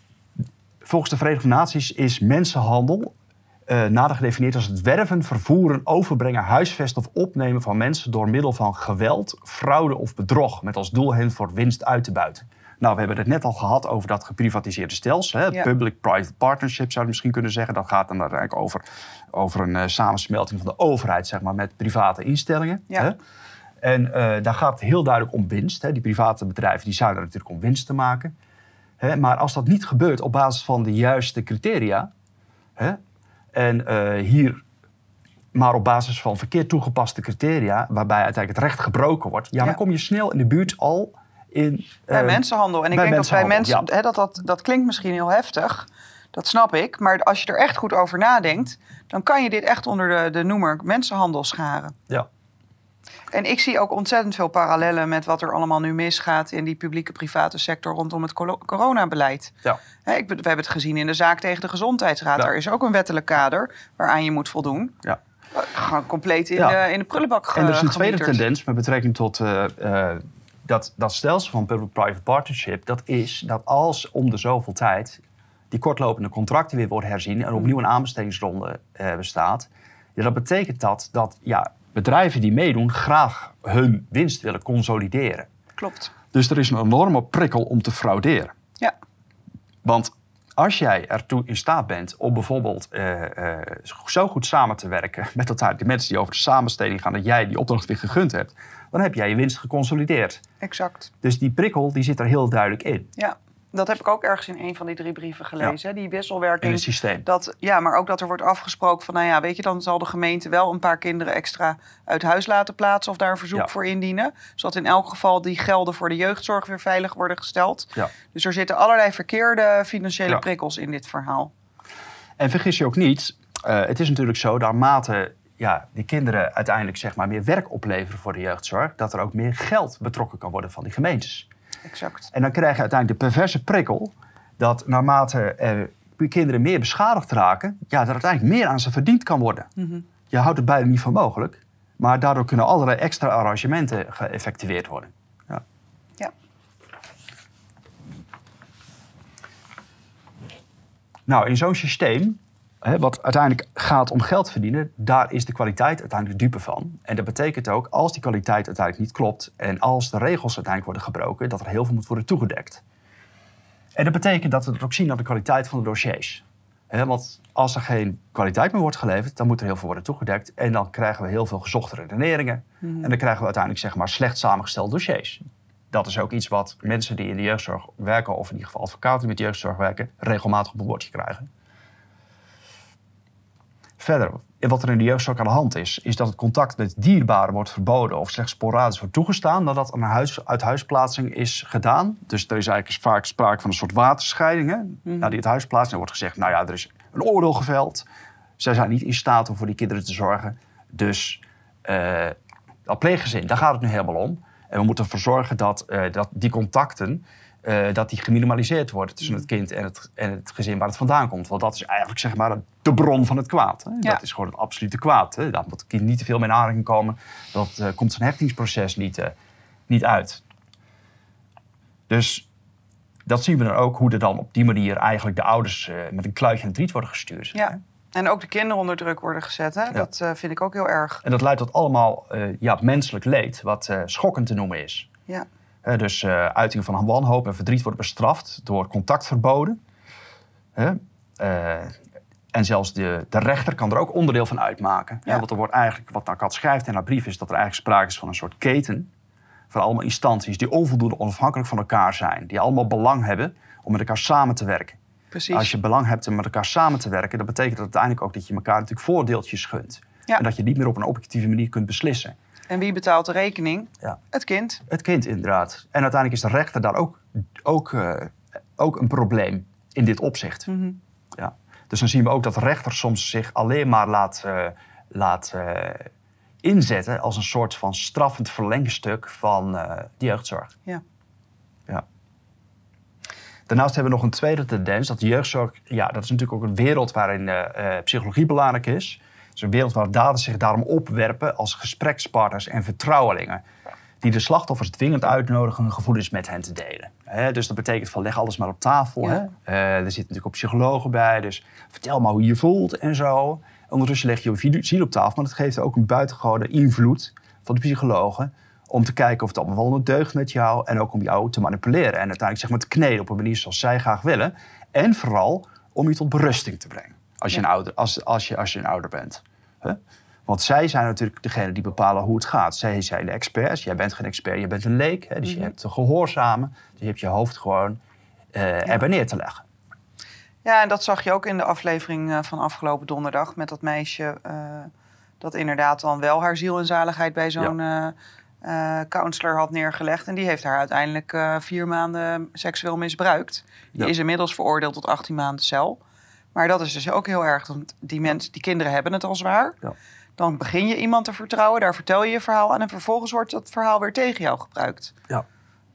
volgens de Verenigde Naties is mensenhandel Uh, nader gedefinieerd als het werven, vervoeren, overbrengen, huisvesten of opnemen van mensen door middel van geweld, fraude of bedrog, met als doel hen voor winst uit te buiten. Nou, we hebben het net al gehad over dat geprivatiseerde stelsel. Hè? Ja. Public-private partnership zou je misschien kunnen zeggen. Dat gaat dan eigenlijk over, over een uh, samensmelting van de overheid, zeg maar, met private instellingen. Ja. Hè? En uh, daar gaat het heel duidelijk om winst. Hè? Die private bedrijven die zouden natuurlijk om winst te maken. Hè? Maar als dat niet gebeurt op basis van de juiste criteria, hè? En uh, hier maar op basis van verkeerd toegepaste criteria, waarbij uiteindelijk het recht gebroken wordt, ja, ja. dan kom je snel in de buurt al in uh, bij mensenhandel. En ik denk dat bij mensen, ja. hè, dat, dat dat klinkt misschien heel heftig, dat snap ik. Maar als je er echt goed over nadenkt, dan kan je dit echt onder de, de noemer mensenhandel scharen. Ja. En ik zie ook ontzettend veel parallellen met wat er allemaal nu misgaat in die publieke-private sector rondom het coronabeleid. Ja. He, ik, we hebben het gezien in de zaak tegen de Gezondheidsraad. Ja. Er is ook een wettelijk kader waaraan je moet voldoen. Ja. Gewoon compleet in, ja. de, in de prullenbak ge- En er is een tweede gemieterd. tendens met betrekking tot uh, uh, dat, dat stelsel van public-private partnership. Dat is dat als om de zoveel tijd die kortlopende contracten weer worden herzien en opnieuw een aanbestedingsronde uh, bestaat. Ja, dat betekent dat dat ja, bedrijven die meedoen graag hun winst willen consolideren. Klopt. Dus er is een enorme prikkel om te frauderen. Ja. Want als jij ertoe in staat bent om bijvoorbeeld uh, uh, zo goed samen te werken met elkaar, die mensen die over de samenstelling gaan, dat jij die opdracht weer gegund hebt, dan heb jij je winst geconsolideerd. Exact. Dus die prikkel die zit er heel duidelijk in. Ja. Dat heb ik ook ergens in een van die drie brieven gelezen. Ja. Hè? Die wisselwerking. In het systeem. Dat, ja, maar ook dat er wordt afgesproken van, nou ja, weet je, dan zal de gemeente wel een paar kinderen extra uit huis laten plaatsen of daar een verzoek ja. voor indienen. Zodat in elk geval die gelden voor de jeugdzorg weer veilig worden gesteld. Ja. Dus er zitten allerlei verkeerde financiële ja. prikkels in dit verhaal. En vergis je ook niet, uh, het is natuurlijk zo, naarmate ja, die kinderen uiteindelijk zeg maar meer werk opleveren voor de jeugdzorg, dat er ook meer geld betrokken kan worden van die gemeentes. Exact. En dan krijg je uiteindelijk de perverse prikkel dat naarmate uh, kinderen meer beschadigd raken, ja, dat er uiteindelijk meer aan ze verdiend kan worden. Mm-hmm. Je houdt het bijna niet voor mogelijk, maar daardoor kunnen allerlei extra arrangementen geëffectueerd worden. Ja. Ja. Nou, in zo'n systeem, hè, wat uiteindelijk gaat om geld verdienen, daar is de kwaliteit uiteindelijk de dupe van. En dat betekent ook, als die kwaliteit uiteindelijk niet klopt en als de regels uiteindelijk worden gebroken, dat er heel veel moet worden toegedekt. En dat betekent dat we het ook zien aan de kwaliteit van de dossiers. He, want als er geen kwaliteit meer wordt geleverd, dan moet er heel veel worden toegedekt. En dan krijgen we heel veel gezochte redeneringen. Mm. En dan krijgen we uiteindelijk zeg maar, slecht samengestelde dossiers. Dat is ook iets wat mensen die in de jeugdzorg werken, of in ieder geval advocaten die met jeugdzorg werken, regelmatig op een bordje krijgen. Verder, wat er in de jeugdzorg aan de hand is, is dat het contact met dierbaren wordt verboden of slechts sporadisch wordt toegestaan nadat een huis, uithuisplaatsing is gedaan. Dus er is eigenlijk vaak sprake van een soort waterscheiding. Hè? Mm. Na die uithuisplaatsing wordt gezegd, nou ja, er is een oordeel geveld. Zij zijn niet in staat om voor die kinderen te zorgen. Dus uh, dat pleeggezin, daar gaat het nu helemaal om. En we moeten ervoor zorgen dat, uh, dat die contacten uh, dat die geminimaliseerd worden tussen het kind en het, en het gezin waar het vandaan komt. Want dat is eigenlijk zeg maar de bron van het kwaad. Hè? Ja. Dat is gewoon het absolute kwaad. Hè? Daar moet het kind niet te veel mee in aanraking komen. Dat uh, komt zijn hechtingsproces niet, uh, niet uit. Dus dat zien we dan ook, hoe er dan op die manier eigenlijk de ouders uh, met een kluitje en het riet worden gestuurd. Ja. Hè? En ook de kinderen onder druk worden gezet. Hè? Ja. Dat uh, vind ik ook heel erg. En dat leidt tot allemaal uh, ja, menselijk leed, wat uh, schokkend te noemen is. Ja. Uh, dus uh, uiting van wanhoop en verdriet wordt bestraft door contactverboden. Uh, uh, en zelfs de, de rechter kan er ook onderdeel van uitmaken. Ja. Uh, want er wordt eigenlijk, wat Nakat schrijft in haar brief, is dat er eigenlijk sprake is van een soort keten van allemaal instanties die onvoldoende onafhankelijk van elkaar zijn. Die allemaal belang hebben om met elkaar samen te werken. Precies. Als je belang hebt om met elkaar samen te werken, dat betekent dat uiteindelijk ook dat je elkaar natuurlijk voordeeltjes gunt. Ja. En dat je niet meer op een objectieve manier kunt beslissen. En wie betaalt de rekening? Ja. Het kind. Het kind, inderdaad. En uiteindelijk is de rechter daar ook, ook, uh, ook een probleem in dit opzicht. Mm-hmm. Ja. Dus dan zien we ook dat de rechter soms zich alleen maar laat, uh, laat uh, inzetten als een soort van straffend verlengstuk van uh, de jeugdzorg. Ja. Ja. Daarnaast hebben we nog een tweede tendens, dat de jeugdzorg, ja, dat is natuurlijk ook een wereld waarin uh, uh, psychologie belangrijk is. Het is een wereld waar daders zich daarom opwerpen als gesprekspartners en vertrouwelingen. Die de slachtoffers dwingend uitnodigen hun gevoelens met hen te delen. He, dus dat betekent van leg alles maar op tafel. Ja. Hè? Uh, er zitten natuurlijk ook psychologen bij, dus vertel maar hoe je je voelt en zo. Ondertussen leg je je ziel op tafel, maar dat geeft ook een buitengewone invloed van de psychologen om te kijken of het allemaal wel deugt met jou en ook om jou te manipuleren. En uiteindelijk zeg maar te kneden op een manier zoals zij graag willen. En vooral om je tot berusting te brengen als je, ja. een, ouder, als, als je, als je een ouder bent. Huh? Want zij zijn natuurlijk degene die bepalen hoe het gaat. Zij zijn de experts. Jij bent geen expert, je bent een leek. Hè? Dus mm-hmm. je hebt te gehoorzamen. Dus je hebt je hoofd gewoon uh, ja. erbij neer te leggen. Ja, en dat zag je ook in de aflevering van afgelopen donderdag met dat meisje uh, dat inderdaad dan wel haar ziel en zaligheid bij zo'n ja. uh, uh, counselor had neergelegd. En die heeft haar uiteindelijk uh, vier maanden seksueel misbruikt. Die ja. is inmiddels veroordeeld tot achttien maanden cel. Maar dat is dus ook heel erg, want die, mensen, die kinderen hebben het al zwaar. Ja. Dan begin je iemand te vertrouwen, daar vertel je je verhaal aan en vervolgens wordt dat verhaal weer tegen jou gebruikt. Ja.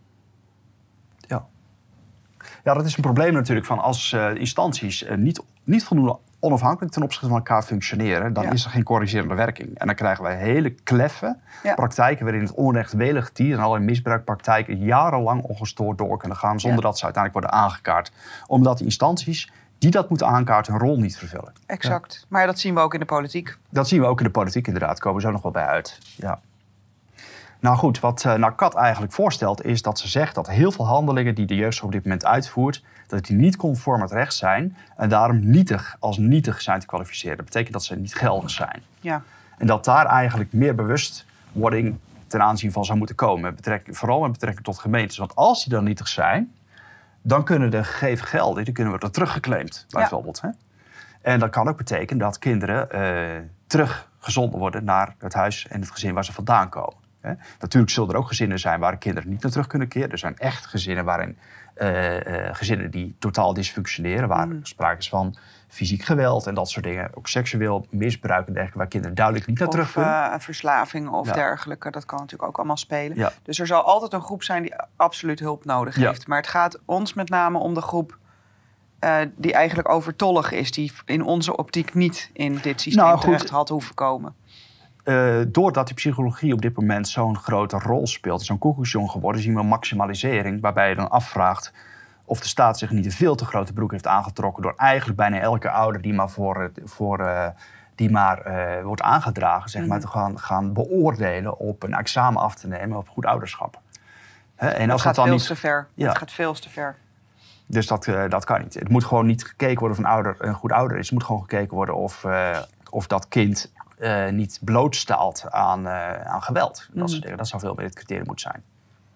Ja. Ja, dat is een probleem natuurlijk van als uh, instanties uh, niet, niet voldoende onafhankelijk ten opzichte van elkaar functioneren, dan ja. is er geen corrigerende werking. En dan krijgen wij hele kleffe ja. praktijken waarin het onrecht welig dier en allerlei misbruikpraktijken jarenlang ongestoord door kunnen gaan zonder ja. dat ze uiteindelijk worden aangekaart. Omdat die instanties die dat moeten aankaarten hun rol niet vervullen. Exact. Ja. Maar dat zien we ook in de politiek. Dat zien we ook in de politiek inderdaad. Komen we zo nog wel bij uit. Ja. Nou goed, wat uh, Nakat eigenlijk voorstelt is dat ze zegt dat heel veel handelingen die de jeugdzorg op dit moment uitvoert, dat die niet conform het recht zijn en daarom nietig als nietig zijn te kwalificeren. Dat betekent dat ze niet geldig zijn. Ja. En dat daar eigenlijk meer bewustwording ten aanzien van zou moeten komen. Betrekking, vooral met betrekking tot gemeentes. Want als die dan nietig zijn, dan kunnen de gegeven gelden, die kunnen worden teruggeclaimd, bijvoorbeeld. Ja. Hè? En dat kan ook betekenen dat kinderen uh, teruggezonden worden naar het huis en het gezin waar ze vandaan komen. Hè? Natuurlijk zullen er ook gezinnen zijn waar kinderen niet naar terug kunnen keren. Er zijn echt gezinnen waarin uh, uh, gezinnen die totaal dysfunctioneren, waar mm. sprake is van fysiek geweld en dat soort dingen. Ook seksueel misbruik en dergelijke, waar kinderen duidelijk niet naar of, terug kunnen. Of uh, verslaving of ja. dergelijke, dat kan natuurlijk ook allemaal spelen. Ja. Dus er zal altijd een groep zijn die absoluut hulp nodig heeft. Ja. Maar het gaat ons met name om de groep uh, die eigenlijk overtollig is, die in onze optiek niet in dit systeem nou, terecht had hoeven komen. Uh, doordat die psychologie op dit moment zo'n grote rol speelt, zo'n koekoesjong geworden, zien we een maximalisering waarbij je dan afvraagt of de staat zich niet een veel te grote broek heeft aangetrokken door eigenlijk bijna elke ouder die maar, voor, voor, uh, die maar uh, wordt aangedragen, zeg maar, mm. te gaan, gaan beoordelen op een examen af te nemen op goed ouderschap. Hè? En dat als gaat dat dan veel niet te ver. Ja. Dat gaat veel te ver. Dus dat, uh, dat kan niet. Het moet gewoon niet gekeken worden of een ouder een goed ouder is. Het moet gewoon gekeken worden of, uh, of dat kind uh, niet blootstaat aan, uh, aan geweld. Dat Mm-hmm. soort dingen. Dat zou veel meer het criterium moeten zijn.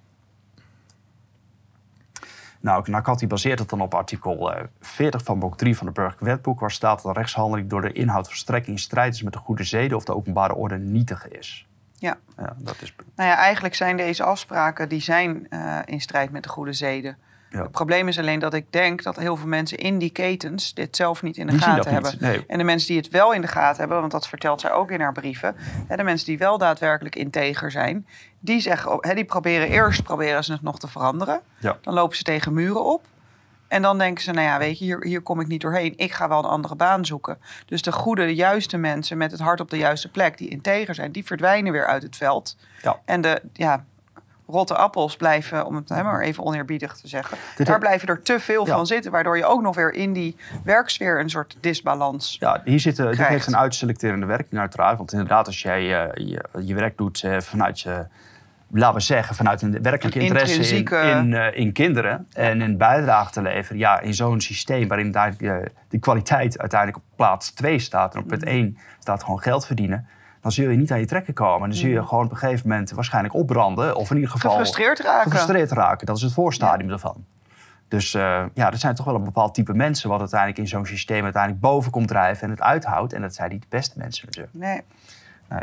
Nou, Nakati baseert het dan op artikel uh, veertig van boek drie van het Burgerlijk Wetboek, waar staat dat een rechtshandeling door de inhoud verstrekking in strijd is met de goede zeden of de openbare orde nietig is. Ja. Ja, dat is... Nou ja, eigenlijk zijn deze afspraken die zijn uh, in strijd met de goede zeden. Ja. Het probleem is alleen dat ik denk dat heel veel mensen in die ketens dit zelf niet in de die gaten hebben. Niet, nee. En de mensen die het wel in de gaten hebben, want dat vertelt zij ook in haar brieven, hè, de mensen die wel daadwerkelijk integer zijn, die, zeggen, hè, die proberen eerst proberen ze het nog te veranderen. Ja. Dan lopen ze tegen muren op. En dan denken ze, nou ja, weet je, hier, hier kom ik niet doorheen. Ik ga wel een andere baan zoeken. Dus de goede, de juiste mensen met het hart op de juiste plek, die integer zijn, die verdwijnen weer uit het veld. Ja. En de ja, rotte appels blijven, om het hè, maar even oneerbiedig te zeggen, Dit daar blijven er te veel ja. van zitten, waardoor je ook nog weer in die werksfeer een soort disbalans Ja, hier zit, dit krijgt. heeft een uitselecterende werking uiteraard. Want inderdaad, als jij uh, je, je werk doet uh, vanuit je... laten we zeggen, vanuit een werkelijke interesse in, in, uh, in kinderen en een bijdrage te leveren. Ja, in zo'n systeem waarin daar, uh, de kwaliteit uiteindelijk op plaats twee staat en op punt één staat gewoon geld verdienen, dan zul je niet aan je trekken komen. Dan zul je gewoon op een gegeven moment waarschijnlijk opbranden of in ieder geval gefrustreerd raken. Gefrustreerd raken. Dat is het voorstadium ja. ervan. Dus uh, ja, er zijn toch wel een bepaald type mensen wat uiteindelijk in zo'n systeem uiteindelijk boven komt drijven en het uithoudt. En dat zijn niet de beste mensen natuurlijk. Nee. nee.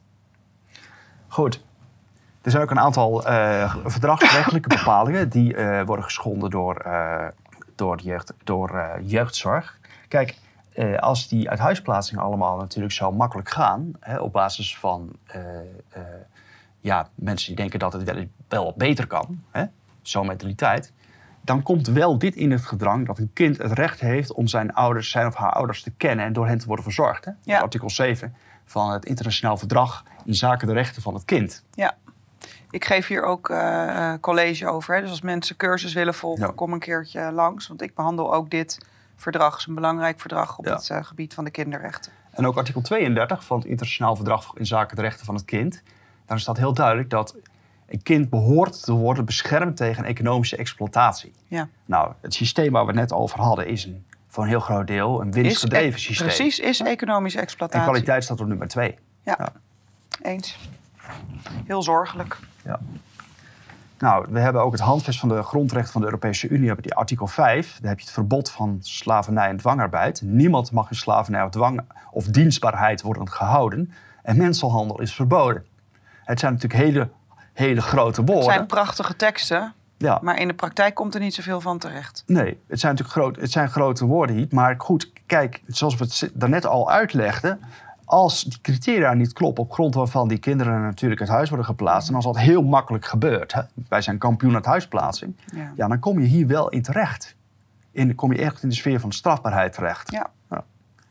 Goed. Er zijn ook een aantal uh, verdragsrechtelijke bepalingen die uh, worden geschonden door, uh, door, jeugd, door uh, jeugdzorg. Kijk, uh, als die uithuisplaatsingen allemaal natuurlijk zo makkelijk gaan, hè, op basis van uh, uh, ja, mensen die denken dat het wel, wel beter kan, hè, zo'n mentaliteit, dan komt wel dit in het gedrang dat een kind het recht heeft om zijn ouders, zijn of haar ouders te kennen en door hen te worden verzorgd. Hè? Ja. Artikel zeven van het internationaal verdrag in zaken de rechten van het kind. Ja. Ik geef hier ook uh, college over. Hè. Dus als mensen cursus willen volgen, ja. kom een keertje langs. Want ik behandel ook dit verdrag. Het is een belangrijk verdrag op ja. het uh, gebied van de kinderrechten. En ook artikel tweeëndertig van het internationaal verdrag in zaken de rechten van het kind. Daar staat heel duidelijk dat een kind behoort te worden beschermd tegen economische exploitatie. Ja. Nou, het systeem waar we het net over hadden is een, voor een heel groot deel een winstgedreven is, systeem. Precies, is economische exploitatie. En kwaliteit staat op nummer twee. Ja, ja. Eens. Heel zorgelijk. Ja. Nou, we hebben ook het handvest van de grondrechten van de Europese Unie, hebben die artikel vijf. Daar heb je het verbod van slavernij en dwangarbeid. Niemand mag in slavernij of dwang of dienstbaarheid worden gehouden. En mensenhandel is verboden. Het zijn natuurlijk hele, hele grote woorden. Het zijn prachtige teksten, ja. maar in de praktijk komt er niet zoveel van terecht. Nee, het zijn natuurlijk groot, het zijn grote woorden hier. Maar goed, kijk, zoals we het daarnet al uitlegden, als die criteria niet kloppen op grond waarvan die kinderen natuurlijk uit huis worden geplaatst, en als dat heel makkelijk gebeurt, hè, wij zijn kampioen uit huisplaatsing, ja. ja, dan kom je hier wel in terecht. Dan kom je echt in de sfeer van de strafbaarheid terecht. Ja. Ja.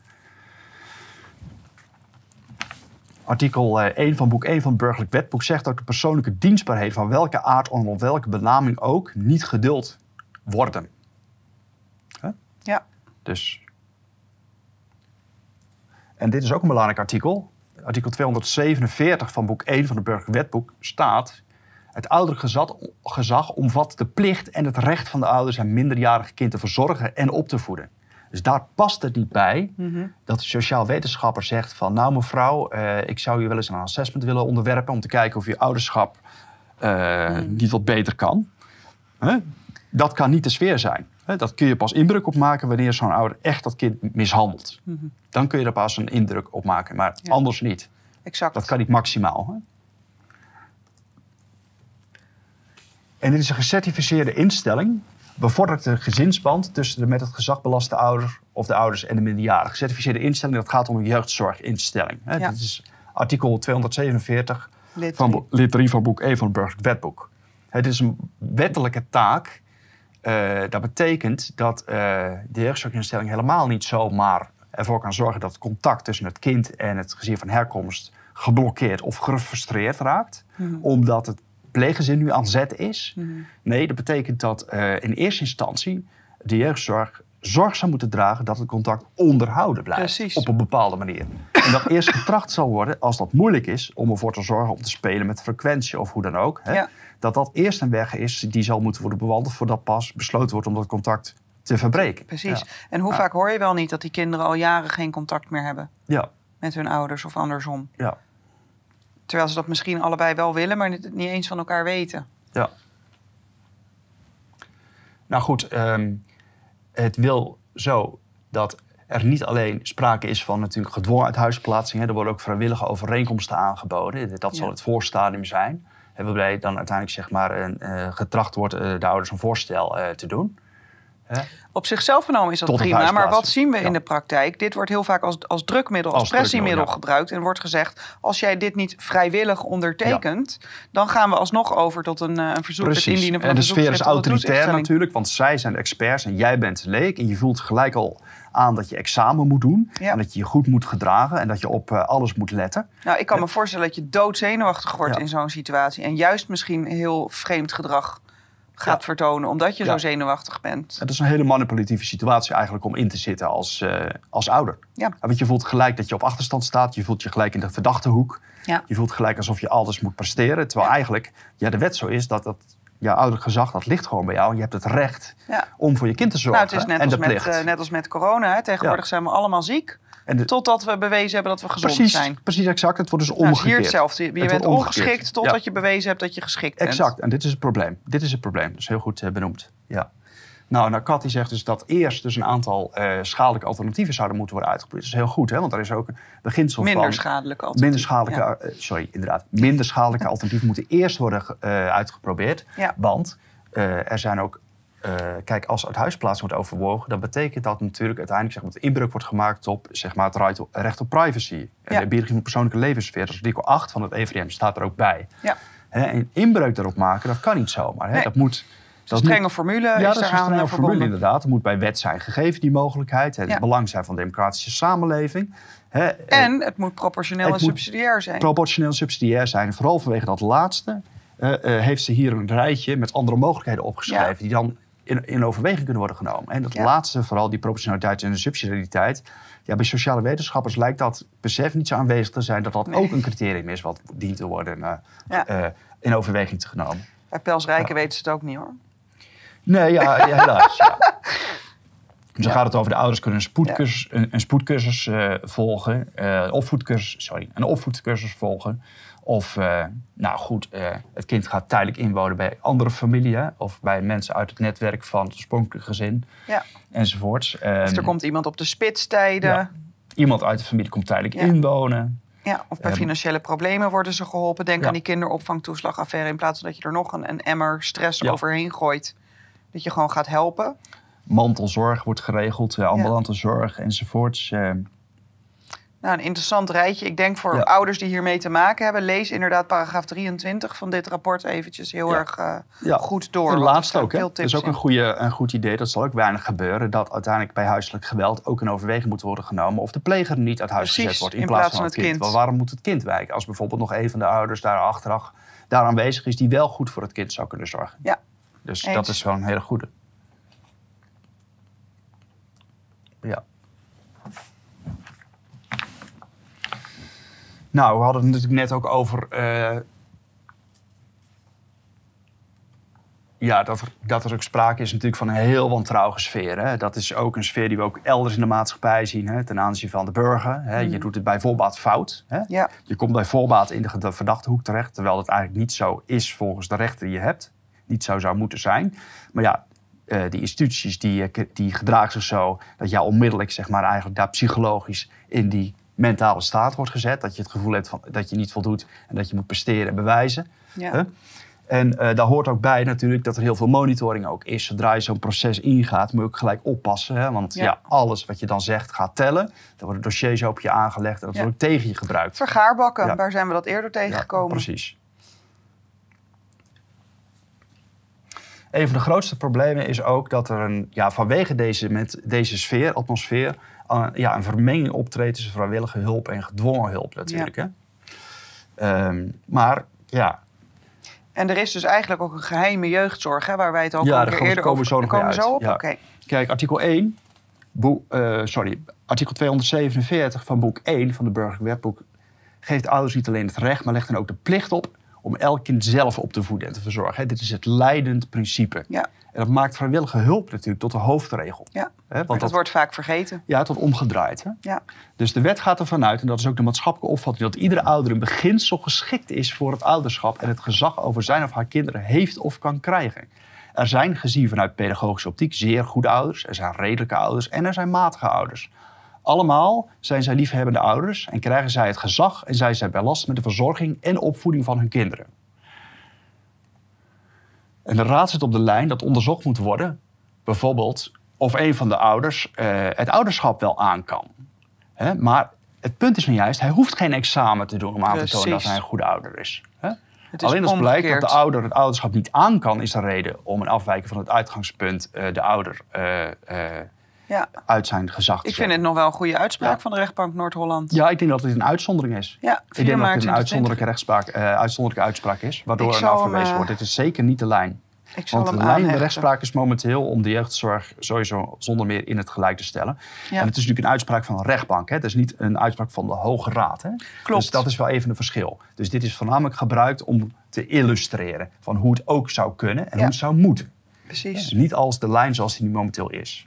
Artikel één van boek één van het Burgerlijk Wetboek zegt dat de persoonlijke dienstbaarheid van welke aard en onder welke benaming ook niet geduld worden. Huh? Ja. Dus. En dit is ook een belangrijk artikel. Artikel tweehonderdzevenenveertig van boek één van het Burgerlijk Wetboek staat: het ouderlijk gezag, gezag omvat de plicht en het recht van de ouders een minderjarig kind te verzorgen en op te voeden. Dus daar past het niet bij mm-hmm. dat de sociaal wetenschapper zegt van, nou mevrouw, uh, ik zou je wel eens een assessment willen onderwerpen om te kijken of je ouderschap uh, mm. niet wat beter kan. Huh? Dat kan niet de sfeer zijn. Huh? Dat kun je pas indruk op maken wanneer zo'n ouder echt dat kind mishandelt. Mm-hmm. Dan kun je er pas een indruk op maken, maar ja. anders niet. Exact. Dat kan niet maximaal. Hè? En dit is een gecertificeerde instelling. Bevordert de gezinsband tussen de met het gezag belaste ouder of de ouders en de minderjarige. Gecertificeerde instelling, dat gaat om een jeugdzorginstelling. Hè? Ja. Dat is artikel tweehonderdzevenenveertig lid van lid drie van boek één van het Burgerlijk Wetboek. Het is een wettelijke taak. Uh, dat betekent dat uh, de jeugdzorginstelling helemaal niet zomaar ervoor kan zorgen dat het contact tussen het kind en het gezin van herkomst geblokkeerd of gefrustreerd raakt. Mm-hmm. Omdat het pleeggezin nu aan zet is. Mm-hmm. Nee, dat betekent dat uh, in eerste instantie de jeugdzorg zorg zou moeten dragen dat het contact onderhouden blijft. Precies. Op een bepaalde manier. En dat eerst getracht zal worden, als dat moeilijk is, om ervoor te zorgen om te spelen met frequentie of hoe dan ook. Hè, ja. Dat dat eerst een weg is die zal moeten worden bewandeld voordat pas besloten wordt om dat contact te verbreken. Precies. Ja. En hoe ja. vaak hoor je wel niet dat die kinderen al jaren geen contact meer hebben Ja. met hun ouders of andersom. Ja. Terwijl ze dat misschien allebei wel willen, maar het niet eens van elkaar weten. Ja. Nou goed, um, het wil zo dat er niet alleen sprake is van natuurlijk gedwongen uithuisplaatsing. Hè. Er worden ook vrijwillige overeenkomsten aangeboden. Dat zal ja. het voorstadium zijn. En waarbij dan uiteindelijk zeg maar, een, uh, getracht wordt uh, de ouders een voorstel uh, te doen. Hè? Op zichzelf genomen is dat Tot prima, maar wat zien we ja. in de praktijk? Dit wordt heel vaak als, als drukmiddel, als, als pressiemiddel drukmiddel, ja. gebruikt. En wordt gezegd, als jij dit niet vrijwillig ondertekent... Ja. dan gaan we alsnog over tot een, een verzoek, het indienen van en een de sfeer is autoritair natuurlijk, want zij zijn de ja. experts en jij bent de leek. En je voelt gelijk al aan dat je examen moet doen. Ja. En dat je je goed moet gedragen en dat je op uh, alles moet letten. Nou, ik kan ja. me voorstellen dat je doodzenuwachtig wordt ja. in zo'n situatie. En juist misschien heel vreemd gedrag gaat ja. vertonen, omdat je ja. zo zenuwachtig bent. Het is een hele manipulatieve situatie eigenlijk om in te zitten als, uh, als ouder. Ja. Want je voelt gelijk dat je op achterstand staat. Je voelt je gelijk in de verdachte hoek. Ja. Je voelt gelijk alsof je alles moet presteren. Terwijl ja. eigenlijk ja, de wet zo is dat dat jouw oudergezag, dat ligt gewoon bij jou. Je hebt het recht ja. om voor je kind te zorgen. Nou, het is net, en als, de plicht. Met, uh, net als met corona. Hè. Tegenwoordig ja. zijn we allemaal ziek. De... Totdat we bewezen hebben dat we gezond precies, zijn. Precies, exact. Het wordt dus nou, omgekeerd. Hier hetzelfde. Je het bent ongeschikt totdat ja. je bewezen hebt dat je geschikt bent. Exact. En dit is het probleem. Dit is het probleem. Dat is heel goed uh, benoemd. Ja. Nou, nou, Kat die zegt dus dat eerst dus een aantal uh, schadelijke alternatieven zouden moeten worden uitgeprobeerd. Dat is heel goed, hè? Want er is ook een beginsel minder van... Schadelijke alternatieven. Minder schadelijke ja. uh, Sorry, inderdaad. Minder schadelijke alternatieven moeten eerst worden uh, uitgeprobeerd. Ja. Want uh, er zijn ook... Uh, kijk, als uithuisplaatsing wordt overwogen, dan betekent dat natuurlijk uiteindelijk zeg maar, dat inbreuk wordt gemaakt op zeg maar, het recht op privacy. En ja. de eerbiediging van persoonlijke levenssfeer. Dat is artikel acht van het E V R M, staat er ook bij. Ja. He, en inbreuk daarop maken, dat kan niet zomaar. He. Nee. Dat moet... Dat is een strenge formule. Ja, is dat is een strenge formule inderdaad. Er moet bij wet zijn gegeven, die mogelijkheid. Het ja. belang zijn van de democratische samenleving. He, en het moet proportioneel het en moet subsidiair zijn. Proportioneel en subsidiair zijn. En vooral vanwege dat laatste uh, uh, heeft ze hier een rijtje met andere mogelijkheden opgeschreven. Ja. Die dan in, in overweging kunnen worden genomen. En dat ja. laatste, vooral die proportionaliteit en de subsidiariteit. Ja, bij sociale wetenschappers lijkt dat besef niet zo aanwezig te zijn dat dat nee. ook een criterium is wat dient te worden uh, ja. uh, in overweging te genomen. Bij Pels Rijken ja. weten ze het ook niet hoor. Nee, ja, ja helaas. ja. Dus dan ja. gaat het over de ouders kunnen een spoedcursus, ja. een, een spoedcursus uh, volgen, uh, opvoedcursus, sorry, een opvoedcursus volgen. Of, uh, nou goed, uh, het kind gaat tijdelijk inwonen bij andere familie of bij mensen uit het netwerk van het oorspronkelijke gezin, ja. enzovoorts. Um, of er komt iemand op de spitstijden. Ja. Iemand uit de familie komt tijdelijk ja. inwonen. Ja, of bij um, financiële problemen worden ze geholpen. Denk ja. aan die kinderopvangtoeslagaffaire. In plaats van dat je er nog een, een emmer stress ja. overheen gooit. Dat je gewoon gaat helpen. Mantelzorg wordt geregeld, ambulante ja. zorg enzovoorts. Uh, Nou, een interessant rijtje. Ik denk voor ja. ouders die hiermee te maken hebben, lees inderdaad paragraaf drieëntwintig van dit rapport eventjes heel ja. erg uh, ja. goed door. En laatst ook, hè? Dat is ook een, goede, een goed idee. Dat zal ook weinig gebeuren. Dat uiteindelijk bij huiselijk geweld ook in overweging moet worden genomen of de pleger niet uit huis Precies, gezet wordt in, in plaats, plaats van het kind. kind. Want waarom moet het kind wijken? Als bijvoorbeeld nog een van de ouders daar achteraf daar aanwezig is die wel goed voor het kind zou kunnen zorgen. Ja. Dus Eens. Dat is wel een hele goede. Ja. Nou, we hadden het natuurlijk net ook over uh, ja, dat, er, dat er ook sprake is natuurlijk van een heel wantrouwige sfeer. Hè. Dat is ook een sfeer die we ook elders in de maatschappij zien, hè, ten aanzien van de burger. Hè. Mm. Je doet het bij voorbaat fout. Hè. Ja. Je komt bij voorbaat in de, de verdachte hoek terecht, terwijl het eigenlijk niet zo is volgens de rechter die je hebt. Niet zo zou moeten zijn. Maar ja, uh, die instituties die, die gedragen zich zo dat jij onmiddellijk zeg maar, eigenlijk daar psychologisch in die mentale staat wordt gezet. Dat je het gevoel hebt van, dat je niet voldoet en dat je moet presteren en bewijzen. Ja. Huh? En uh, daar hoort ook bij natuurlijk dat er heel veel monitoring ook is. Zodra je zo'n proces ingaat, moet je ook gelijk oppassen. Hè? Want ja. Ja, alles wat je dan zegt gaat tellen. Er worden dossiers op je aangelegd en dat ja. wordt ook tegen je gebruikt. Vergaarbakken, ja. Waar zijn we dat eerder tegengekomen? Ja, precies. Een van de grootste problemen is ook dat er een, ja, vanwege deze, met deze sfeer, atmosfeer, uh, ja, een vermenging optreedt tussen vrijwillige hulp en gedwongen hulp natuurlijk. Ja. Hè? Um, maar ja. En er is dus eigenlijk ook een geheime jeugdzorg, hè, waar wij het ook ja, een keer eerder komen over zo nog komen. Zo op? Ja. Okay. Kijk, artikel één Boek, uh, sorry, artikel tweehonderdzevenenveertig van boek één van de Burgerlijk Wetboek geeft ouders niet alleen het recht, maar legt dan ook de plicht op om elk kind zelf op te voeden en te verzorgen. Hè. Dit is het leidend principe. Ja. En dat maakt vrijwillige hulp natuurlijk tot de hoofdregel. Ja, Hè, want dat, dat wordt vaak vergeten. Ja, tot omgedraaid. Hè? Ja. Dus de wet gaat ervan uit, en dat is ook de maatschappelijke opvatting, dat iedere ouder in beginsel geschikt is voor het ouderschap en het gezag over zijn of haar kinderen heeft of kan krijgen. Er zijn, gezien vanuit pedagogische optiek, zeer goede ouders, er zijn redelijke ouders en er zijn matige ouders. Allemaal zijn zij liefhebbende ouders en krijgen zij het gezag en zijn zij belast met de verzorging en opvoeding van hun kinderen. En de raad zit op de lijn dat onderzocht moet worden, bijvoorbeeld of een van de ouders uh, het ouderschap wel aan kan. Hè? Maar het punt is nou juist, hij hoeft geen examen te doen om aan Precies. te tonen dat hij een goede ouder is. Hè? Het is Alleen als blijkt dat omgekeerd. de ouder het ouderschap niet aan kan, is er reden om een afwijking van het uitgangspunt uh, de ouder uh, uh, Ja. uit zijn gezag te Ik zetten. vind het nog wel een goede uitspraak Ja. van de rechtbank Noord-Holland. Ja, ik denk dat dit een uitzondering is. Ja, Ik denk dat maart dit een uitzonderlijke, tweeëntwintig. rechtspraak, uh, uitzonderlijke uitspraak is, waardoor Ik er zal naar hem, verwezen uh, wordt. Dit is zeker niet de lijn. Ik zal Want hem de lijn in de aanhechten. rechtspraak is momenteel om de jeugdzorg sowieso zonder meer in het gelijk te stellen. Ja. En het is natuurlijk een uitspraak van een rechtbank. Hè? Het is niet een uitspraak van de Hoge Raad. Hè? Klopt. Dus dat is wel even een verschil. Dus dit is voornamelijk gebruikt om te illustreren van hoe het ook zou kunnen en Ja. hoe het zou moeten. Precies. Dus niet als de lijn zoals die nu momenteel is.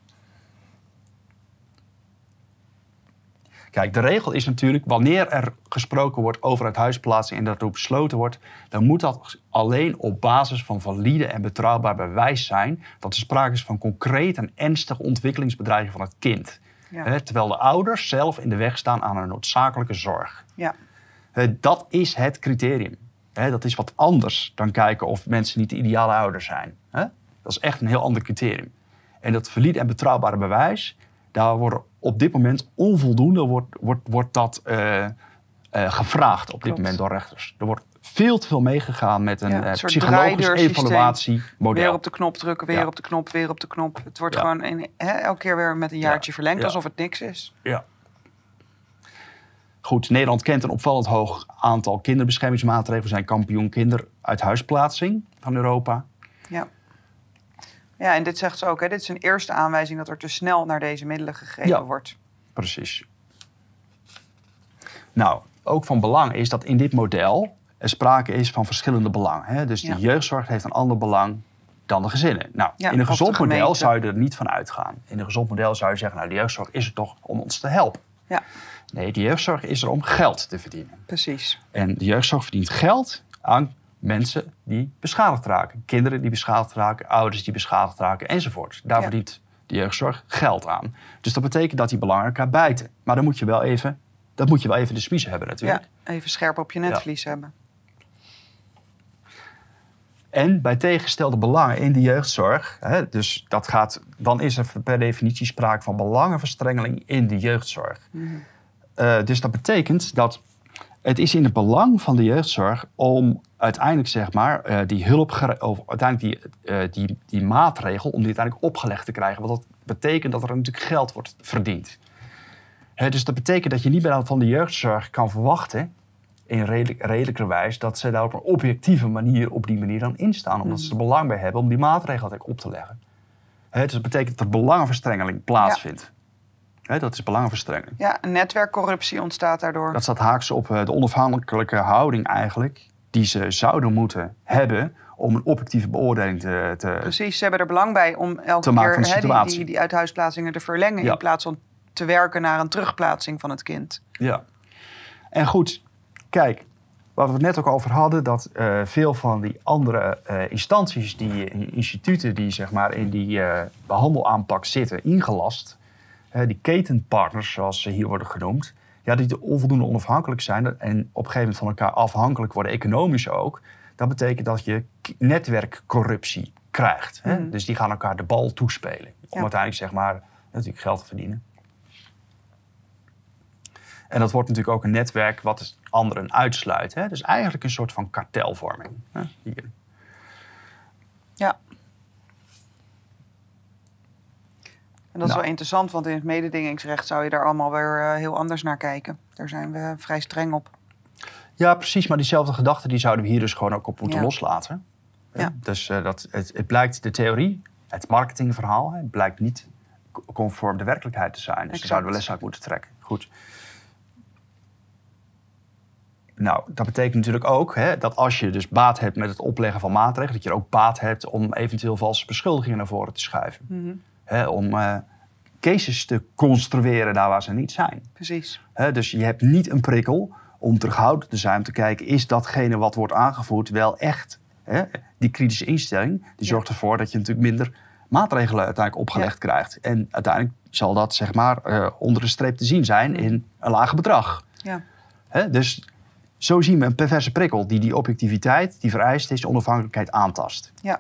Kijk, de regel is natuurlijk, wanneer er gesproken wordt over uithuisplaatsing en dat er besloten wordt, dan moet dat alleen op basis van valide en betrouwbaar bewijs zijn dat er sprake is van concreet en ernstige ontwikkelingsbedreiging van het kind. Ja. Hè, terwijl de ouders zelf in de weg staan aan een noodzakelijke zorg. Ja. Hè, dat is het criterium. Hè, dat is wat anders dan kijken of mensen niet de ideale ouders zijn. Hè? Dat is echt een heel ander criterium. En dat valide en betrouwbare bewijs, daar worden op dit moment onvoldoende wordt, wordt, wordt dat uh, uh, gevraagd op dit Klopt. moment door rechters. Er wordt veel te veel meegegaan met een, Ja, uh, een soort psychologisch draaideursysteem. evaluatiemodel. Weer op de knop drukken, weer Ja. op de knop, weer op de knop. Het wordt Ja. gewoon een, hè, elke keer weer met een jaartje Ja. verlengd, Ja. alsof het niks is. Ja. Goed, Nederland kent een opvallend hoog aantal kinderbeschermingsmaatregelen. We zijn kampioen kinderuithuisplaatsing van Europa. Ja. Ja, en dit zegt ze ook, hè, dit is een eerste aanwijzing dat er te snel naar deze middelen gegrepen Ja. wordt. Precies. Nou, ook van belang is dat in dit model er sprake is van verschillende belangen. Hè? Dus Ja. de jeugdzorg heeft een ander belang dan de gezinnen. Nou, Ja, in een of de gezond model gemeente. zou je er niet van uitgaan. In een gezond model zou je zeggen, nou, de jeugdzorg is er toch om ons te helpen. Ja, Nee, de jeugdzorg is er om geld te verdienen. precies. En de jeugdzorg verdient geld aan mensen die beschadigd raken. Kinderen die beschadigd raken, ouders die beschadigd raken enzovoort. Daar Ja. verdient de jeugdzorg geld aan. Dus dat betekent dat die belangen elkaar bijten. Maar dan moet je wel even, dat moet je wel even de smiezen hebben natuurlijk. Ja, even scherp op je netvlies hebben. En bij tegengestelde belangen in de jeugdzorg, hè, dus dat gaat, dan is er per definitie sprake van belangenverstrengeling in de jeugdzorg. Mm-hmm. Uh, dus dat betekent dat het is in het belang van de jeugdzorg om uiteindelijk zeg maar uh, die hulp, of uiteindelijk die, uh, die, die maatregel, om die uiteindelijk opgelegd te krijgen. Want dat betekent dat er natuurlijk geld wordt verdiend. Hè, dus dat betekent dat je niet meer van de jeugdzorg kan verwachten, in redelijk, redelijkerwijs, dat ze daar op een objectieve manier op die manier dan instaan. Omdat ze er belang bij hebben om die maatregel uiteindelijk op te leggen. Hè, dus dat betekent dat er belangenverstrengeling plaatsvindt. Hè, dat is belangenverstrengeling. Ja, een netwerkcorruptie ontstaat daardoor. Dat staat haaks op uh, de onafhankelijke houding eigenlijk, die ze zouden moeten hebben om een objectieve beoordeling te... te Precies, ze hebben er belang bij om elke te maken keer van de hè, die, situatie. die, die uithuisplaatsingen te verlengen. Ja. In plaats van te werken naar een terugplaatsing van het kind. Ja. En goed, kijk, waar we het net ook over hadden, dat uh, veel van die andere uh, instanties, die uh, instituten die zeg maar in die uh, behandelaanpak zitten, ingelast, uh, die ketenpartners, zoals ze hier worden genoemd, ja, die onvoldoende onafhankelijk zijn en op een gegeven moment van elkaar afhankelijk worden, economisch ook. Dat betekent dat je k- netwerkcorruptie krijgt. Hè? Mm. Dus die gaan elkaar de bal toespelen. Om Ja. uiteindelijk zeg maar natuurlijk geld te verdienen. En dat wordt natuurlijk ook een netwerk wat de anderen uitsluit. Hè? Dus eigenlijk een soort van kartelvorming. Hè? Hier. Ja. En dat is Nou. wel interessant, want in het mededingingsrecht zou je daar allemaal weer uh, heel anders naar kijken. Daar zijn we vrij streng op. Ja, precies. Maar diezelfde gedachten die zouden we hier dus gewoon ook op moeten Ja. loslaten. Hè? Ja. Dus uh, dat, het, het blijkt de theorie, het marketingverhaal, hè, het blijkt niet conform de werkelijkheid te zijn. Dus exact. daar zouden we les uit moeten trekken. Goed. Nou, dat betekent natuurlijk ook hè, dat als je dus baat hebt met het opleggen van maatregelen, dat je er ook baat hebt om eventueel valse beschuldigingen naar voren te schuiven. Mm-hmm. Hè, om uh, cases te construeren daar waar ze niet zijn. Precies. Hè, dus je hebt niet een prikkel om terughoudend te zijn, om te kijken, is datgene wat wordt aangevoerd wel echt? Hè? Die kritische instelling, die zorgt ja. ervoor dat je natuurlijk minder maatregelen uiteindelijk opgelegd ja. krijgt. En uiteindelijk zal dat zeg maar uh, onder de streep te zien zijn in een lager bedrag. Ja. Hè, dus zo zien we een perverse prikkel die die objectiviteit, die vereist is, de onafhankelijkheid aantast. Ja.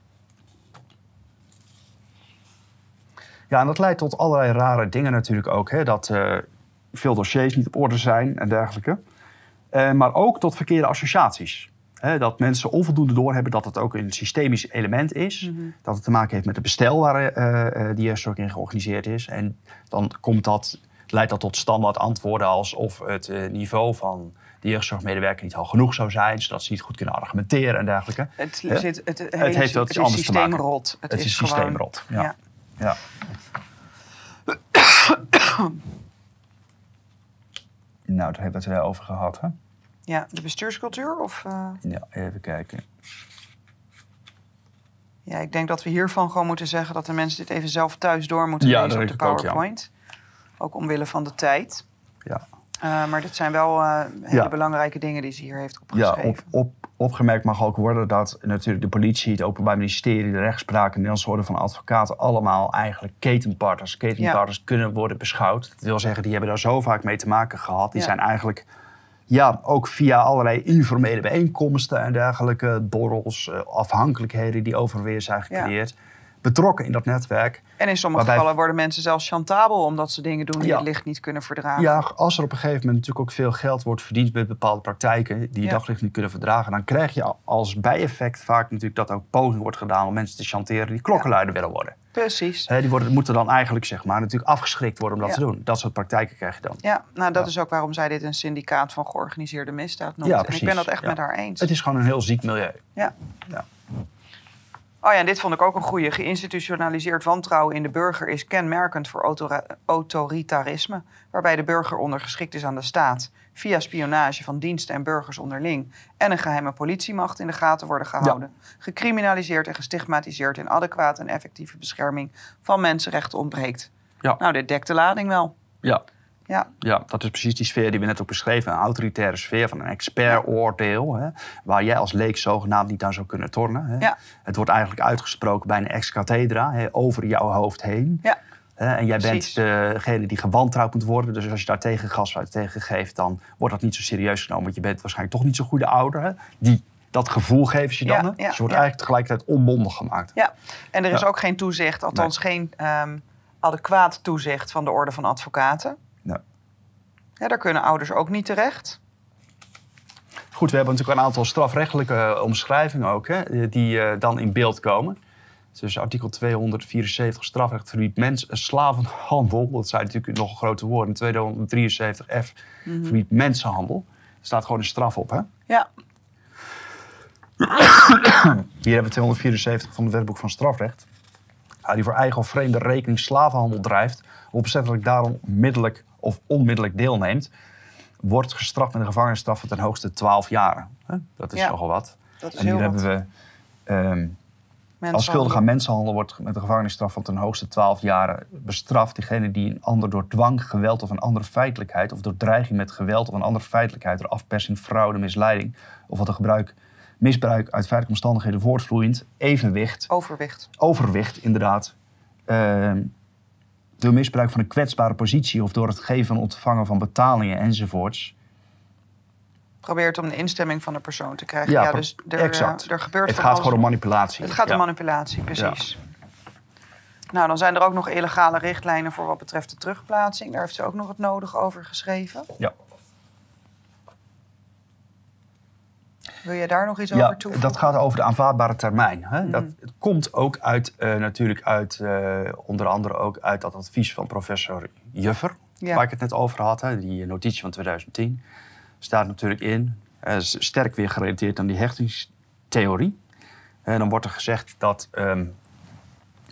Ja, en dat leidt tot allerlei rare dingen natuurlijk ook. Hè, dat uh, veel dossiers niet op orde zijn en dergelijke. Uh, maar ook tot verkeerde associaties. He, dat mensen onvoldoende doorhebben dat het ook een systemisch element is. Mm-hmm. Dat het te maken heeft met het bestel waar uh, uh, die jeugdzorg in georganiseerd is. En dan komt dat, leidt dat tot standaard antwoorden alsof het uh, niveau van de jeugdzorgmedewerker niet hoog genoeg zou zijn, zodat ze niet goed kunnen argumenteren en dergelijke. Het, zit, het, het, het, het heeft wel iets anders te maken. Systeemrot. Het, het is, is systeemrot. Ja. Ja. Ja. Nou, daar hebben we het wel over gehad, hè? Ja, de bestuurscultuur? Of, uh... Ja, even kijken. Ja, ik denk dat we hiervan gewoon moeten zeggen dat de mensen dit even zelf thuis door moeten ja, lezen op de PowerPoint. Ook, ja. ook omwille van de tijd. Ja. Uh, maar dit zijn wel uh, hele ja. belangrijke dingen die ze hier heeft opgeschreven. Ja, op, op, opgemerkt mag ook worden dat natuurlijk de politie, het Openbaar Ministerie, de rechtspraak en de Nederlandse Orde van Advocaten allemaal eigenlijk ketenpartners, ketenpartners ja. kunnen worden beschouwd. Dat wil zeggen, die hebben daar zo vaak mee te maken gehad. Die ja. zijn eigenlijk ja, ook via allerlei informele bijeenkomsten en dergelijke, borrels, afhankelijkheden die overweer zijn gecreëerd, ja. betrokken in dat netwerk. En in sommige waarbij... gevallen worden mensen zelfs chantabel omdat ze dingen doen die ja. het licht niet kunnen verdragen. Ja, als er op een gegeven moment natuurlijk ook veel geld wordt verdiend met bepaalde praktijken die ja. daglicht niet kunnen verdragen, dan krijg je als bijeffect vaak natuurlijk dat ook poging wordt gedaan om mensen te chanteren die klokkenluider ja. willen worden. Precies. He, die worden, moeten dan eigenlijk zeg maar, natuurlijk afgeschrikt worden om dat ja. te doen. Dat soort praktijken krijg je dan. Ja, nou dat ja. is ook waarom zij dit een syndicaat van georganiseerde misdaad noemt. Ja, en ik ben dat echt ja. met haar eens. Het is gewoon een heel ziek milieu. Ja. ja. Oh ja, en dit vond ik ook een goede. Geïnstitutionaliseerd wantrouwen in de burger is kenmerkend voor autora- autoritarisme, waarbij de burger ondergeschikt is aan de staat, via spionage van diensten en burgers onderling en een geheime politiemacht in de gaten worden gehouden. Ja. Gecriminaliseerd en gestigmatiseerd in adequate en effectieve bescherming van mensenrechten ontbreekt. Ja. Nou, dit dekt de lading wel. Ja. Ja. ja, dat is precies die sfeer die we net ook beschreven. Een autoritaire sfeer van een expertoordeel. Hè, waar jij als leek zogenaamd niet aan zou kunnen tornen. Hè. Ja. Het wordt eigenlijk uitgesproken bij een ex-cathedra, hè, over jouw hoofd heen. Ja. Hè, en jij precies. bent degene die gewantrouwd moet worden. Dus als je daar tegen gasfluit tegen geeft, dan wordt dat niet zo serieus genomen. Want je bent waarschijnlijk toch niet zo'n goede ouder. Hè, die dat gevoel geven ze dan. Ja, ja, dus je wordt ja. eigenlijk tegelijkertijd onmondig gemaakt. Ja, en er is ja. ook geen toezicht, althans nee. geen um, adequaat toezicht van de Orde van Advocaten. Nee. Ja, daar kunnen ouders ook niet terecht. Goed, we hebben natuurlijk een aantal strafrechtelijke omschrijvingen ook, hè, die uh, dan in beeld komen. Dus artikel tweehonderdvierenzeventig strafrecht verbiedt mens- slavenhandel. Dat zijn natuurlijk nog een grote woorden. tweehonderddrieënzeventig F mm-hmm. verbiedt mensenhandel. Er staat gewoon een straf op, hè? Ja. Hier hebben we tweehonderdvierenzeventig van het wetboek van strafrecht. Ja, die voor eigen of vreemde rekening slavenhandel drijft, of opzettelijk daarom middelijk of onmiddellijk deelneemt, wordt gestraft met een gevangenisstraf van ten hoogste twaalf jaar. Dat is ja, nogal wat. Dat is en hier heel hebben wat. we, um, als schuldig aan mensenhandel wordt met een gevangenisstraf van ten hoogste twaalf jaar bestraft diegene die een ander door dwang, geweld of een andere feitelijkheid, of door dreiging met geweld of een andere feitelijkheid, door afpersing, fraude, misleiding, of wat een gebruik, misbruik uit feitelijke omstandigheden voortvloeiend, evenwicht. Overwicht. Overwicht, inderdaad. Uh, door misbruik van een kwetsbare positie of door het geven en ontvangen van betalingen enzovoorts. Probeert om de instemming van de persoon te krijgen. Ja, ja dus er, exact. Er gebeurt het gaat gewoon om manipulatie. Het gaat ja. om manipulatie, precies. Ja. Nou, dan zijn er ook nog illegale richtlijnen voor wat betreft de terugplaatsing. Daar heeft ze ook nog het nodige over geschreven. Ja. Wil je daar nog iets ja, over toevoegen? Dat gaat over de aanvaardbare termijn. Hè? Mm. Dat het komt ook uit, uh, natuurlijk uit, uh, onder andere ook uit dat advies van professor Juffer, ja. waar ik het net over had, hè? Die notitie van twintig tien. Staat natuurlijk in, uh, sterk weer gerelateerd aan die hechtingstheorie. En dan wordt er gezegd dat um,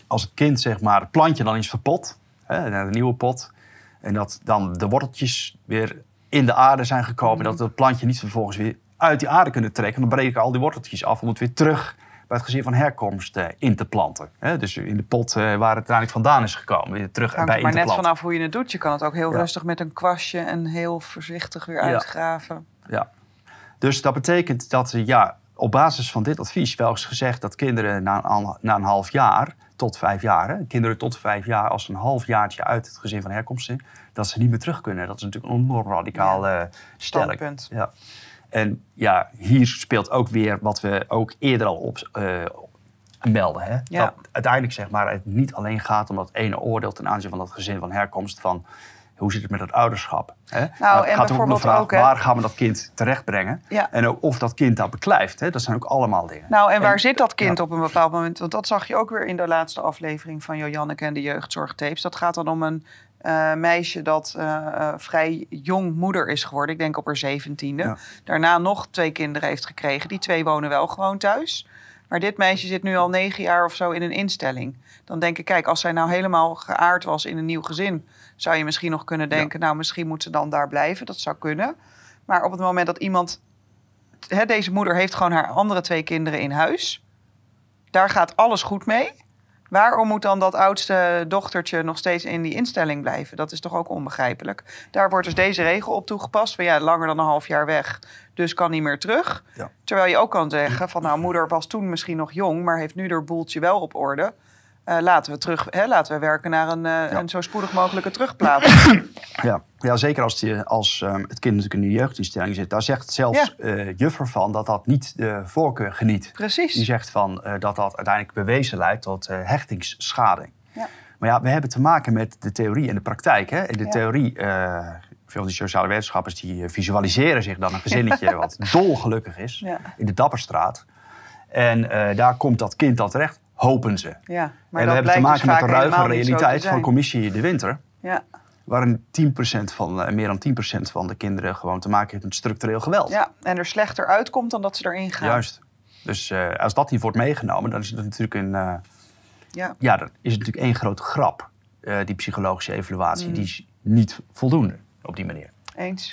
als het kind, zeg maar, het plantje dan is verpot, hè, naar een nieuwe pot, en dat dan de worteltjes weer in de aarde zijn gekomen, mm. en dat het plantje niet vervolgens weer uit die aarde kunnen trekken, dan breken al die worteltjes af om het weer terug bij het gezin van herkomst uh, in te planten. Hè? Dus in de pot uh, waar het uiteindelijk vandaan is gekomen, weer terug bij in te planten. Maar net vanaf hoe je het doet. Je kan het ook heel ja. rustig met een kwastje en heel voorzichtig weer uitgraven. Ja. ja. Dus dat betekent dat ja, op basis van dit advies wel eens gezegd dat kinderen na een, na een half jaar tot vijf jaar, hè, kinderen tot vijf jaar als een half jaartje uit het gezin van herkomst zijn, dat ze niet meer terug kunnen. Dat is natuurlijk een enorm radicaal uh, stelling. Ja. En ja, hier speelt ook weer wat we ook eerder al op uh, melden. Hè? Ja. Dat uiteindelijk zeg maar, het niet alleen gaat om dat ene oordeel ten aanzien van dat gezin van herkomst van hoe zit het met het ouderschap. Hè? Nou, het gaat ook om de vraag, ook, waar gaan we dat kind terechtbrengen? Ja. En ook of dat kind dat beklijft. Hè? Dat zijn ook allemaal dingen. Nou, en waar en, zit dat kind ja. op een bepaald moment? Want dat zag je ook weer in de laatste aflevering van Joanneke en de jeugdzorgtapes. Dat gaat dan om een uh, meisje dat uh, uh, vrij jong moeder is geworden. Ik denk op haar zeventiende. Ja. Daarna nog twee kinderen heeft gekregen. Die twee wonen wel gewoon thuis. Maar dit meisje zit nu al negen jaar of zo in een instelling. Dan denk ik, kijk, als zij nou helemaal geaard was in een nieuw gezin, zou je misschien nog kunnen denken, ja. nou, misschien moet ze dan daar blijven. Dat zou kunnen. Maar op het moment dat iemand, hè, deze moeder heeft gewoon haar andere twee kinderen in huis. Daar gaat alles goed mee. Waarom moet dan dat oudste dochtertje nog steeds in die instelling blijven? Dat is toch ook onbegrijpelijk. Daar wordt dus deze regel op toegepast. Van ja, langer dan een half jaar weg, dus kan niet meer terug. Ja. Terwijl je ook kan zeggen van nou, moeder was toen misschien nog jong, maar heeft nu haar boeltje wel op orde. Uh, laten we terug, hè, laten we werken naar een, uh, ja. een zo spoedig mogelijke terugplaatsing. Ja, ja, zeker als, die, als um, het kind natuurlijk in de jeugdinstelling zit. Daar zegt zelfs ja. uh, juffer van dat dat niet de voorkeur geniet. Precies. Die zegt van uh, dat dat uiteindelijk bewezen leidt tot uh, hechtingsschade. Ja. Maar ja, we hebben te maken met de theorie en de praktijk. Hè? In de ja. theorie, uh, veel die sociale wetenschappers die visualiseren zich dan een gezinnetje wat dolgelukkig is ja. in de Dapperstraat. En uh, daar komt dat kind dan terecht. Hopen ze. Ja, maar en we hebben te maken dus met de ruige realiteit van Commissie De Winter. Ja. Waarin tien procent van, uh, meer dan tien procent van de kinderen gewoon te maken heeft met structureel geweld. Ja, en er slechter uitkomt dan dat ze erin gaan. Juist. Dus uh, als dat niet wordt meegenomen, dan is het natuurlijk een, uh, ja. Ja, dan is het natuurlijk één grote grap. Uh, die psychologische evaluatie, mm. die is niet voldoende op die manier. Eens.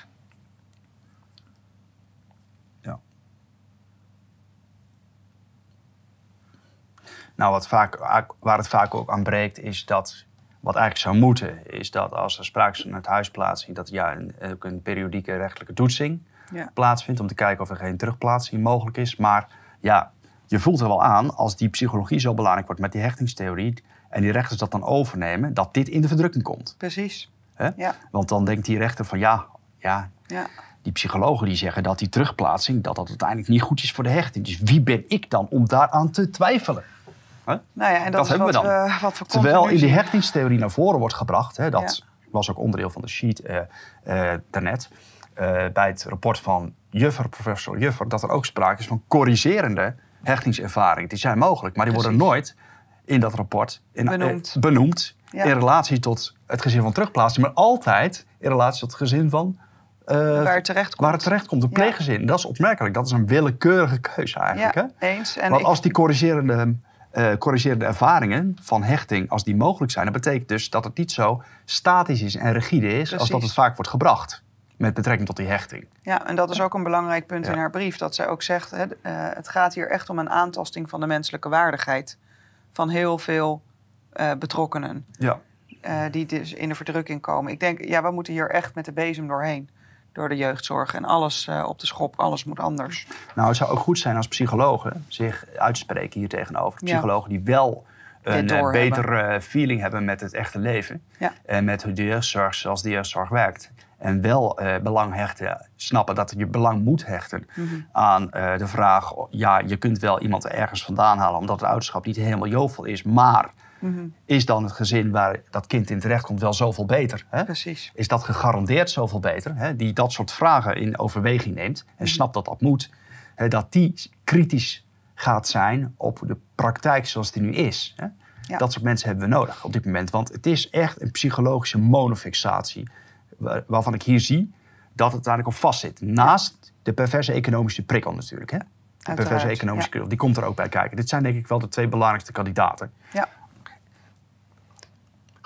Nou, wat vaak, waar het vaak ook aan breekt, is dat wat eigenlijk zou moeten, is dat als er sprake is van het huisplaatsing, dat ja, een, ook een periodieke rechtelijke toetsing ja. plaatsvindt om te kijken of er geen terugplaatsing mogelijk is. Maar ja, je voelt er wel aan, als die psychologie zo belangrijk wordt met die hechtingstheorie en die rechters dat dan overnemen, dat dit in de verdrukking komt. Precies. Ja. Want dan denkt die rechter van ja, ja, ja. die psychologen die zeggen dat die terugplaatsing, dat dat uiteindelijk niet goed is voor de hechting. Dus wie ben ik dan om daaraan te twijfelen? Huh? Nou ja, en dat, dat is hebben wat we dan. We, wat we Terwijl in die hechtingstheorie naar voren wordt gebracht, hè, dat ja. was ook onderdeel van de sheet uh, uh, daarnet, uh, bij het rapport van Juffer, professor Juffer, dat er ook sprake is van corrigerende hechtingservaringen. Die zijn mogelijk, maar die Precies. worden nooit in dat rapport in, benoemd, uh, benoemd ja. in relatie tot het gezin van terugplaatsing, maar altijd in relatie tot het gezin van Uh, waar het terecht komt. Waar het terecht komt, een pleeggezin. Ja. Dat is opmerkelijk. Dat is een willekeurige keuze eigenlijk. Ja, hè? eens. En Want ik... als die corrigerende, uh, corrigerende ervaringen van hechting, als die mogelijk zijn, dat betekent dus dat het niet zo statisch is en rigide is Precies. als dat het vaak wordt gebracht met betrekking tot die hechting. Ja, en dat is ook een belangrijk punt ja. in haar brief. Dat zij ook zegt, hè, uh, het gaat hier echt om een aantasting van de menselijke waardigheid van heel veel uh, betrokkenen. Ja. Uh, die dus in de verdrukking komen. Ik denk, ja, we moeten hier echt met de bezem doorheen. Door de jeugdzorg en alles uh, op de schop. Alles moet anders. Nou, het zou ook goed zijn als psychologen zich uitspreken hier tegenover. Psychologen ja. die wel een uh, betere uh, feeling hebben met het echte leven. Ja. En met hoe de jeugdzorg, zoals de jeugdzorg werkt. En wel uh, belang hechten, snappen dat je belang moet hechten mm-hmm. aan uh, de vraag, ja, je kunt wel iemand ergens vandaan halen omdat het ouderschap niet helemaal jovel is, maar mm-hmm. is dan het gezin waar dat kind in terecht komt wel zoveel beter? Hè? Precies. Is dat gegarandeerd zoveel beter? Hè? Die dat soort vragen in overweging neemt en mm-hmm. snapt dat dat moet. Hè? Dat die kritisch gaat zijn op de praktijk zoals die nu is. Hè? Ja. Dat soort mensen hebben we nodig op dit moment. Want het is echt een psychologische monofixatie. Waarvan ik hier zie dat het uiteindelijk op vast zit. Naast ja. de perverse economische prikkel natuurlijk. Hè? De Uiteraard, perverse economische ja. prikkel, die komt er ook bij kijken. Dit zijn denk ik wel de twee belangrijkste kandidaten. Ja.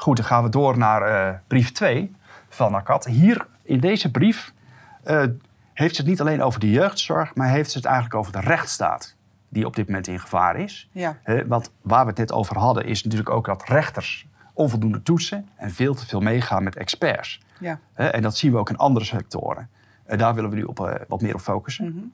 Goed, dan gaan we door naar uh, brief twee van Nakat. Hier in deze brief uh, heeft ze het niet alleen over de jeugdzorg, maar heeft ze het eigenlijk over de rechtsstaat die op dit moment in gevaar is. Ja. Uh, want waar we het net over hadden is natuurlijk ook dat rechters onvoldoende toetsen en veel te veel meegaan met experts. Ja. Uh, en dat zien we ook in andere sectoren. Uh, daar willen we nu op, uh, wat meer op focussen. Mm-hmm.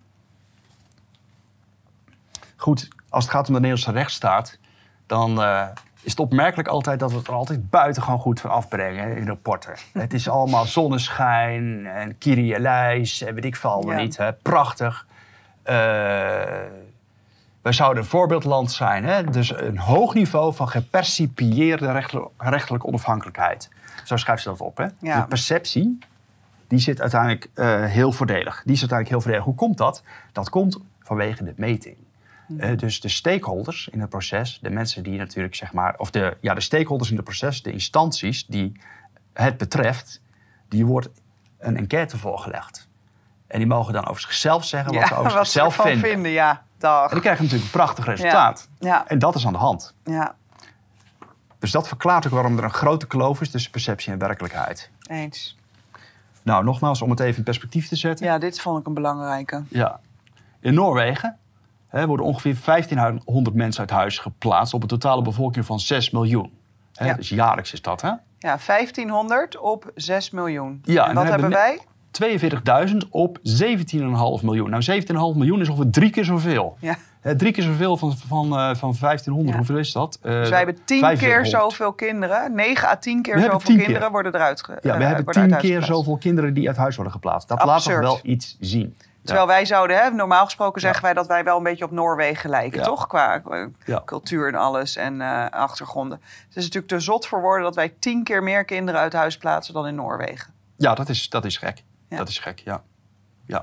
Goed, als het gaat om de Nederlandse rechtsstaat, dan uh, is het opmerkelijk altijd dat we het er altijd buitengewoon goed van afbrengen hè, in rapporten. Het is allemaal zonneschijn en Kyrie Eleis en weet ik veel allemaal ja. niet. Hè. Prachtig. Uh, wij zouden een voorbeeldland zijn. Hè? Dus een hoog niveau van gepercipieerde rechtelijk, rechtelijke onafhankelijkheid. Zo schrijft ze dat op. Hè? Ja. De perceptie, die zit uiteindelijk uh, heel voordelig. Die is uiteindelijk heel voordelig. Hoe komt dat? Dat komt vanwege de meting. Uh, dus de stakeholders in het proces, de mensen die natuurlijk zeg maar, of de, ja, de stakeholders in het proces, de instanties die het betreft, die wordt een enquête voorgelegd. En die mogen dan over zichzelf zeggen wat ja, ze over wat zichzelf ze ervan vinden. vinden. Ja, dag. En die krijgen natuurlijk een prachtig resultaat. Ja. Ja. En dat is aan de hand. Ja, Dus dat verklaart ook waarom er een grote kloof is tussen perceptie en werkelijkheid. eens. Nou, nogmaals, om het even in perspectief te zetten. Ja, dit vond ik een belangrijke. Ja. In Noorwegen hè, worden ongeveer vijftienhonderd mensen uit huis geplaatst op een totale bevolking van zes miljoen. Hè, Ja. Dus jaarlijks is dat, hè? Ja, vijftienhonderd op zes miljoen. Ja, en en wat dan hebben hebben wij? tweeënveertigduizend op zeventien komma vijf miljoen. Nou, zeventien komma vijf miljoen is ongeveer drie keer zoveel. Ja. Hè, drie keer zoveel van, van, uh, van vijftienhonderd. Ja. Hoeveel is dat? Uh, Dus wij hebben tien keer vijfenveertighonderd. zoveel kinderen. negen à tien keer We hebben zoveel tien kinderen keer. worden eruit ge, Ja, uh, we hebben worden uit tien huis keer geplaatst. zoveel kinderen die uit huis worden geplaatst. Dat Absurd. laat toch wel iets zien. Terwijl wij zouden, hè, normaal gesproken zeggen Ja. wij dat wij wel een beetje op Noorwegen lijken, Ja. toch? Qua, qua Ja. cultuur en alles en uh, achtergronden. Het is natuurlijk te zot voor woorden dat wij tien keer meer kinderen uit huis plaatsen dan in Noorwegen. Ja, dat is, dat is gek. Ja. Dat is gek, ja. ja.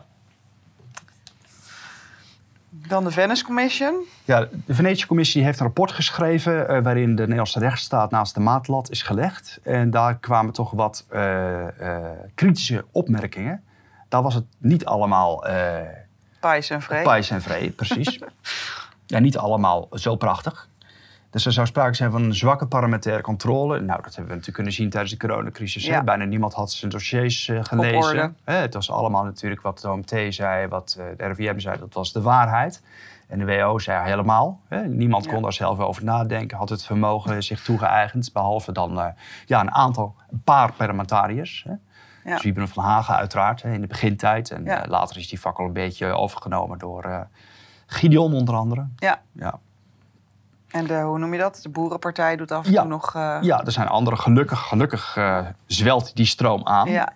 Dan de Venice Commission. Ja, de Venetië-commissie heeft een rapport geschreven uh, waarin de Nederlandse rechtsstaat naast de maatlat is gelegd. En daar kwamen toch wat uh, uh, kritische opmerkingen. Daar was het niet allemaal uh, Pais en vree. pais en vree, precies. Ja, niet allemaal zo prachtig. Dus er zou sprake zijn van een zwakke parlementaire controle. Nou, dat hebben we natuurlijk kunnen zien tijdens de coronacrisis. Ja. Hè? Bijna niemand had zijn dossiers uh, orde. gelezen. Hè? Het was allemaal natuurlijk wat de O M T zei, wat uh, de R I V M zei, dat was de waarheid. En de W O zei helemaal. Hè? Niemand Ja. kon daar zelf over nadenken, had het vermogen zich toegeëigend. Behalve dan uh, ja, een aantal, een paar parlementariërs. Hè? Ja. Dus Wiebren van Hagen uiteraard, hè, in de begintijd. En Ja. uh, later is die fakkel een beetje overgenomen door uh, Gideon onder andere. Ja. Ja. En de, hoe noem je dat? De Boerenpartij doet af en Ja. toe nog... Uh, Ja, er zijn andere. Gelukkig, gelukkig uh, zwelt die stroom aan. ja,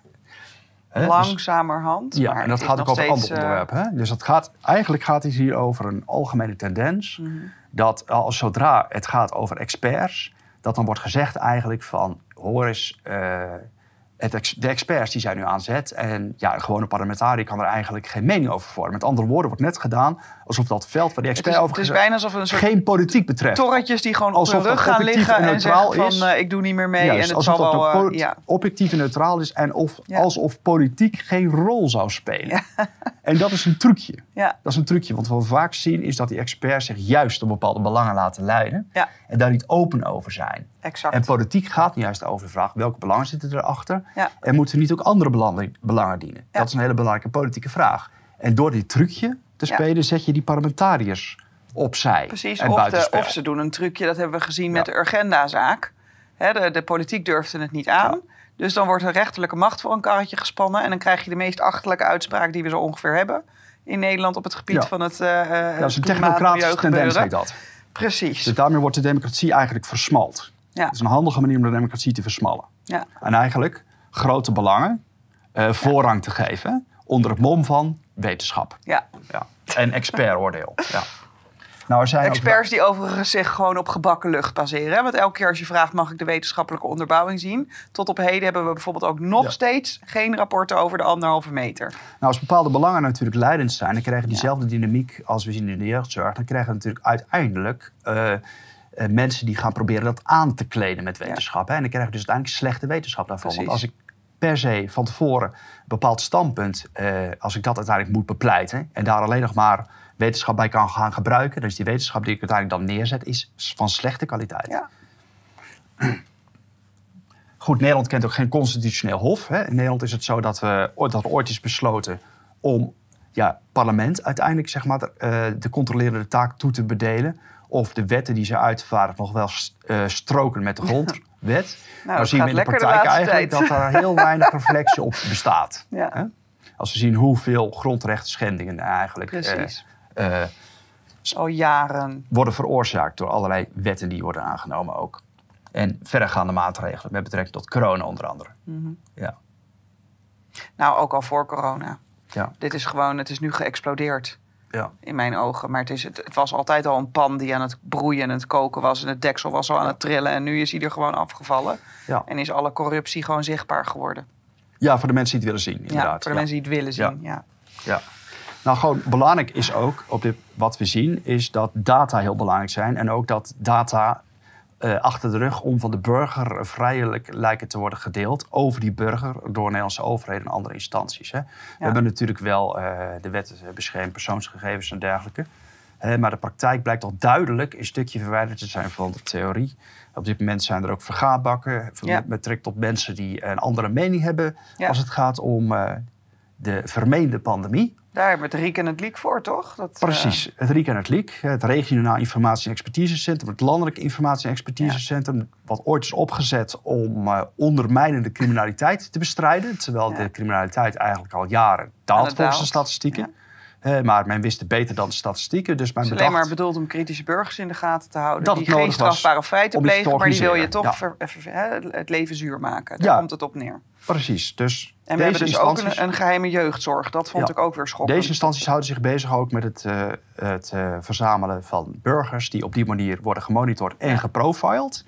Hè? Dus- langzamerhand. ja, maar en dat het gaat is ook nog over een steeds, ander uh, onderwerp. Hè? Dus dat gaat, eigenlijk gaat het hier over een algemene tendens. Mm-hmm. Dat als zodra het gaat over experts, dat dan wordt gezegd eigenlijk van, hoor eens, uh, het ex, de experts die zijn nu aan zet. En ja, een gewone parlementariër kan er eigenlijk geen mening over vormen. Met andere woorden wordt net gedaan alsof dat veld waar die Het expert is, over het is gezegd, bijna alsof een soort geen politiek betreft. torretjes die gewoon op Alsof hun dat rug gaan objectief liggen en en neutraal zeggen is. van uh, ik doe niet meer mee Juist, en het alsof zal dat wel... ook Uh, po- ja. objectief en neutraal is en of, Ja. alsof politiek geen rol zou spelen. En dat is een trucje. Ja. Dat is een trucje, want wat we vaak zien is dat die experts zich juist door bepaalde belangen laten leiden Ja. en daar niet open over zijn. Exact. En politiek gaat juist over de vraag welke belangen zitten erachter Ja. en moeten niet ook andere belangen, belangen dienen. Ja. Dat is een hele belangrijke politieke vraag. En door dit trucje te Ja. spelen zet je die parlementariërs opzij Precies, en of, de, buitenspel. of ze doen een trucje, dat hebben we gezien met Ja. de Urgenda-zaak. Hè, de, de politiek durfde het niet aan. Ja. Dus dan wordt er rechterlijke macht voor een karretje gespannen. En dan krijg je de meest achterlijke uitspraak die we zo ongeveer hebben in Nederland op het gebied Ja. van het uh, Ja, dat is een technocratische tendens, heet dat. Precies. Dus daarmee wordt de democratie eigenlijk versmalt. Ja. Het is een handige manier om de democratie te versmallen. Ja. En eigenlijk grote belangen uh, voorrang te geven onder het mom van wetenschap. Ja. Ja. En expertoordeel. Ja. Nou, er zijn Experts die overigens zich gewoon op gebakken lucht baseren. Hè? Want elke keer als je vraagt, mag ik de wetenschappelijke onderbouwing zien? Tot op heden hebben we bijvoorbeeld ook nog Ja. steeds geen rapporten over de anderhalve meter. Nou, als bepaalde belangen natuurlijk leidend zijn, dan krijgen diezelfde dynamiek als we zien in de jeugdzorg. Dan krijgen we natuurlijk uiteindelijk uh, uh, mensen die gaan proberen dat aan te kleden met wetenschap. Hè? En dan krijgen we dus uiteindelijk slechte wetenschap daarvan. Precies. Want als ik per se van tevoren een bepaald standpunt, uh, als ik dat uiteindelijk moet bepleiten en daar alleen nog maar wetenschap bij kan gaan gebruiken, dus die wetenschap die ik uiteindelijk dan neerzet, is van slechte kwaliteit. Ja. goed, Nederland kent ook geen constitutioneel hof. Hè. In Nederland is het zo dat, we, dat er ooit is besloten om ja, parlement uiteindelijk zeg maar, uh, de controlerende taak toe te bedelen. Of de wetten die ze uitvaardigen nog wel uh, stroken met de grondwet. nou, nou zien we in de praktijk de eigenlijk tijd. dat er heel weinig reflectie op bestaat. Ja. Hè? Als we zien hoeveel grondrechtsschendingen eigenlijk uh, uh, al jaren worden veroorzaakt door allerlei wetten die worden aangenomen ook. En verregaande maatregelen met betrekking tot corona onder andere. Mm-hmm. Ja. Nou, ook al voor corona. Ja. Dit is gewoon, het is nu geëxplodeerd. Ja. In mijn ogen. Maar het, is, het, het was altijd al een pan die aan het broeien en het koken was. En het deksel was al aan het trillen. En nu is hij er gewoon afgevallen. Ja. En is alle corruptie gewoon zichtbaar geworden. Ja, voor de mensen die het willen zien, inderdaad. Ja, voor de ja. mensen die het willen zien, ja. ja. ja. Nou, gewoon belangrijk is ook, op dit, wat we zien, is dat data heel belangrijk zijn. En ook dat data uh, achter de rug om van de burger vrijelijk lijken te worden gedeeld over die burger door Nederlandse overheden en andere instanties. Hè. Ja. We hebben natuurlijk wel uh, de wet bescherming persoonsgegevens en dergelijke. Uh, maar de praktijk blijkt toch duidelijk een stukje verwijderd te zijn van de theorie. Op dit moment zijn er ook vergaarbakken ja. met betrekking tot mensen die een andere mening hebben ja. als het gaat om uh, de vermeende pandemie. Daar hebben we het R I C en het L I C voor, toch? Dat, Precies, uh... het R I C en het L I C. Het regionaal informatie- en expertisecentrum, het landelijk informatie- en expertisecentrum, ja. wat ooit is opgezet om uh, ondermijnende criminaliteit te bestrijden. Terwijl ja. de criminaliteit eigenlijk al jaren daalt volgens de statistieken. Ja. Uh, maar men wist het beter dan de statistieken. Dus men het is bedacht, alleen maar bedoeld om kritische burgers in de gaten te houden. Dat die geen strafbare feiten plegen, maar die wil je toch ja. ver, ver, het leven zuur maken. Daar ja. komt het op neer. Precies. Dus en we hebben dus ook een, een geheime jeugdzorg. Dat vond ja. ik ook weer schokkend. Deze instanties houden zich bezig ook met het, uh, het uh, verzamelen van burgers die op die manier worden gemonitord en ja. geprofiled.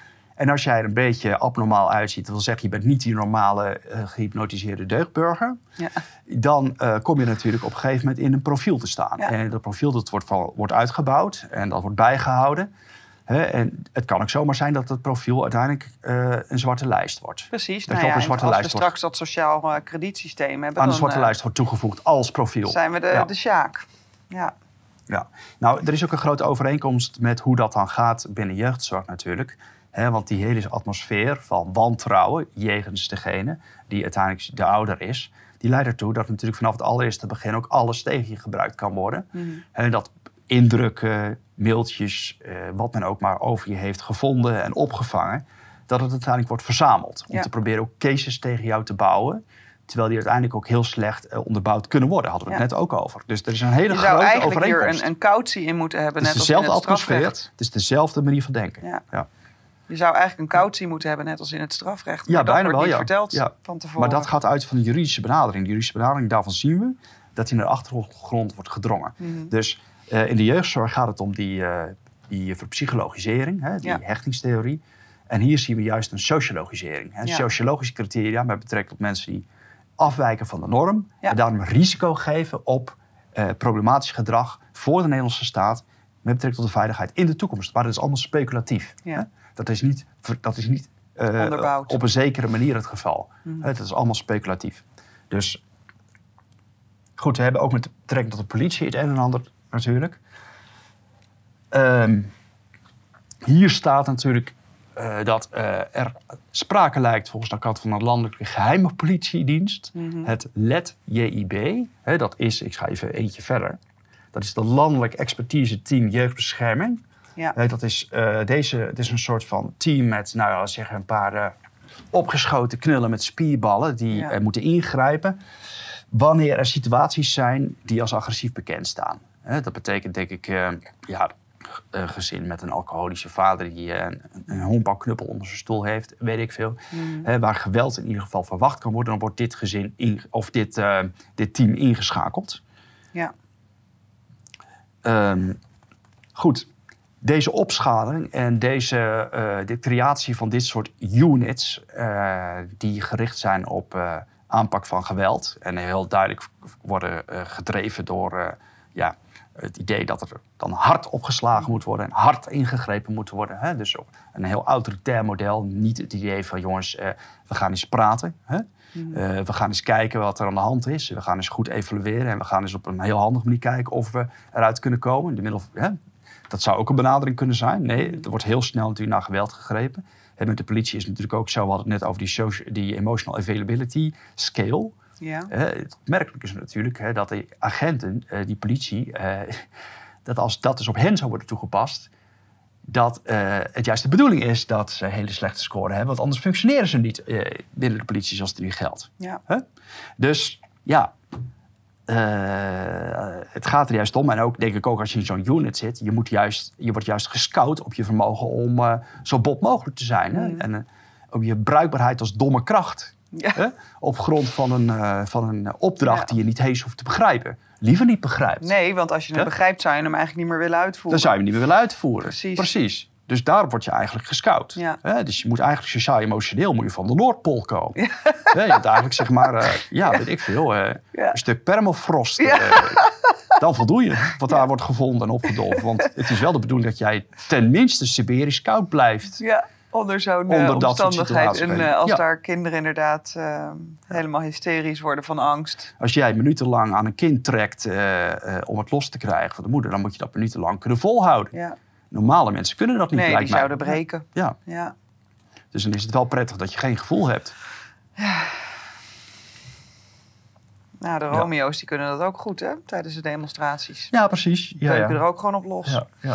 En als jij er een beetje abnormaal uitziet, dat wil zeggen je bent niet die normale uh, gehypnotiseerde deugdburger, ja. dan uh, kom je natuurlijk op een gegeven moment in een profiel te staan. Ja. En dat profiel dat wordt, van, wordt uitgebouwd en dat wordt bijgehouden. He, en het kan ook zomaar zijn dat het profiel uiteindelijk uh, een zwarte lijst wordt. Precies. Dat nou ja, een zwarte als lijst we straks wordt, dat sociaal uh, kredietsysteem hebben, aan de zwarte uh, lijst wordt toegevoegd als profiel. Zijn we de, ja. de Sjaak. Ja. Ja. Nou, er is ook een grote overeenkomst met hoe dat dan gaat binnen jeugdzorg natuurlijk. He, want die hele atmosfeer van wantrouwen jegens degene die uiteindelijk de ouder is, die leidt ertoe dat natuurlijk vanaf het allereerste begin ook alles tegen je gebruikt kan worden. Mm. En dat indrukken, mailtjes, uh, wat men ook maar over je heeft gevonden en opgevangen, dat het uiteindelijk wordt verzameld. Om ja. te proberen ook cases tegen jou te bouwen, terwijl die uiteindelijk ook heel slecht uh, onderbouwd kunnen worden. Hadden we het ja. net ook over. Dus er is een hele je grote overeenkomst. Je zou eigenlijk hier een, een cautie in moeten hebben, net als in het strafrecht. Het is dezelfde manier van denken. Ja. Ja. Je zou eigenlijk een cautie moeten hebben, net als in het strafrecht. Maar ja, dat bijna wordt wel, niet ja. verteld ja. van tevoren. Maar dat gaat uit van de juridische benadering. De juridische benadering, daarvan zien we dat die naar de achtergrond wordt gedrongen. Mm-hmm. Dus uh, in de jeugdzorg gaat het om die, uh, die verpsychologisering, hè, die ja. hechtingstheorie. En hier zien we juist een sociologisering. Hè, ja. Sociologische criteria met betrekking tot mensen die afwijken van de norm. Ja. En daarom risico geven op uh, problematisch gedrag voor de Nederlandse staat met betrekking tot de veiligheid in de toekomst. Maar dat is allemaal speculatief. Ja. Hè? Dat is niet, dat is niet uh, op een zekere manier het geval. Mm. Dat is allemaal speculatief. Dus goed, we hebben ook met betrekking tot de politie het een en ander natuurlijk. Um, hier staat natuurlijk uh, dat uh, er sprake lijkt volgens de kant van de landelijke geheime politiedienst. Mm-hmm. Het L E T J I B. Hè, dat is, ik ga even eentje verder. Dat is de landelijk expertise team jeugdbescherming. Ja. Uh, dat is, uh, deze, het is een soort van team met, nou ja, zeggen een paar uh, opgeschoten knullen met spierballen die ja. uh, moeten ingrijpen wanneer er situaties zijn die als agressief bekend staan. Uh, dat betekent denk ik, uh, ja, een gezin met een alcoholische vader die uh, een, een honkbalknuppel onder zijn stoel heeft, weet ik veel. Mm. Uh, waar geweld in ieder geval verwacht kan worden, dan wordt dit gezin in, of dit, uh, dit team ingeschakeld. Ja. Um, goed. Deze opschaling en deze uh, de creatie van dit soort units uh, die gericht zijn op uh, aanpak van geweld en heel duidelijk worden uh, gedreven door uh, ja, het idee dat er dan hard opgeslagen moet worden en hard ingegrepen moet worden. Hè? Dus op een heel autoritair model, niet het idee van jongens, uh, we gaan eens praten. Hè? Mm. Uh, we gaan eens kijken wat er aan de hand is. We gaan eens goed evalueren en we gaan eens op een heel handige manier kijken of we eruit kunnen komen. In de middel, hè? Dat zou ook een benadering kunnen zijn. Nee, er wordt heel snel natuurlijk naar geweld gegrepen. En met de politie is het natuurlijk ook zo, we hadden het net over die, social, die emotional availability scale. Ja. Uh, het opmerkelijke is natuurlijk hè, dat de agenten, uh, die politie, uh, dat als dat dus op hen zou worden toegepast, dat uh, het juist de bedoeling is dat ze hele slechte scoren hebben. Want anders functioneren ze niet uh, binnen de politie zoals het nu geldt. Ja. Huh? Dus ja, uh, het gaat er juist om. En ook denk ik ook als je in zo'n unit zit, je, moet juist, je wordt juist gescout op je vermogen om uh, zo bot mogelijk te zijn. Hè? Mm. En uh, op je bruikbaarheid als domme kracht. Ja. Hè? Op grond van een, uh, van een opdracht ja. die je niet eens hoeft te begrijpen. Liever niet begrijpt. Nee, want als je het ja? begrijpt, zou je hem eigenlijk niet meer willen uitvoeren. Dan zou je hem niet meer willen uitvoeren. Precies. Precies. Dus daarop word je eigenlijk gescout. Ja. Hè? Dus je moet eigenlijk sociaal-emotioneel moet je van de Noordpool komen. Ja. Hè? Je hebt eigenlijk zeg maar, uh, ja, weet ik veel, uh, ja. een stuk permafrost. Ja. Uh, dan voldoe je wat daar ja. wordt gevonden en opgedolven. Want het is wel de bedoeling dat jij tenminste Siberisch koud blijft. Ja. Onder zo'n uh, omstandigheid. En uh, als ja. daar kinderen inderdaad uh, helemaal hysterisch worden van angst. Als jij minutenlang aan een kind trekt uh, uh, om het los te krijgen van de moeder, dan moet je dat minutenlang kunnen volhouden. Ja. Normale mensen kunnen dat niet. Nee, die mij. zouden breken. Ja. Ja. Dus dan is het wel prettig dat je geen gevoel hebt. Ja. Nou, de Romeo's die kunnen dat ook goed, hè? Tijdens de demonstraties. Ja, precies. Ja, Beuken ja. er ook gewoon op los. Ja, ja.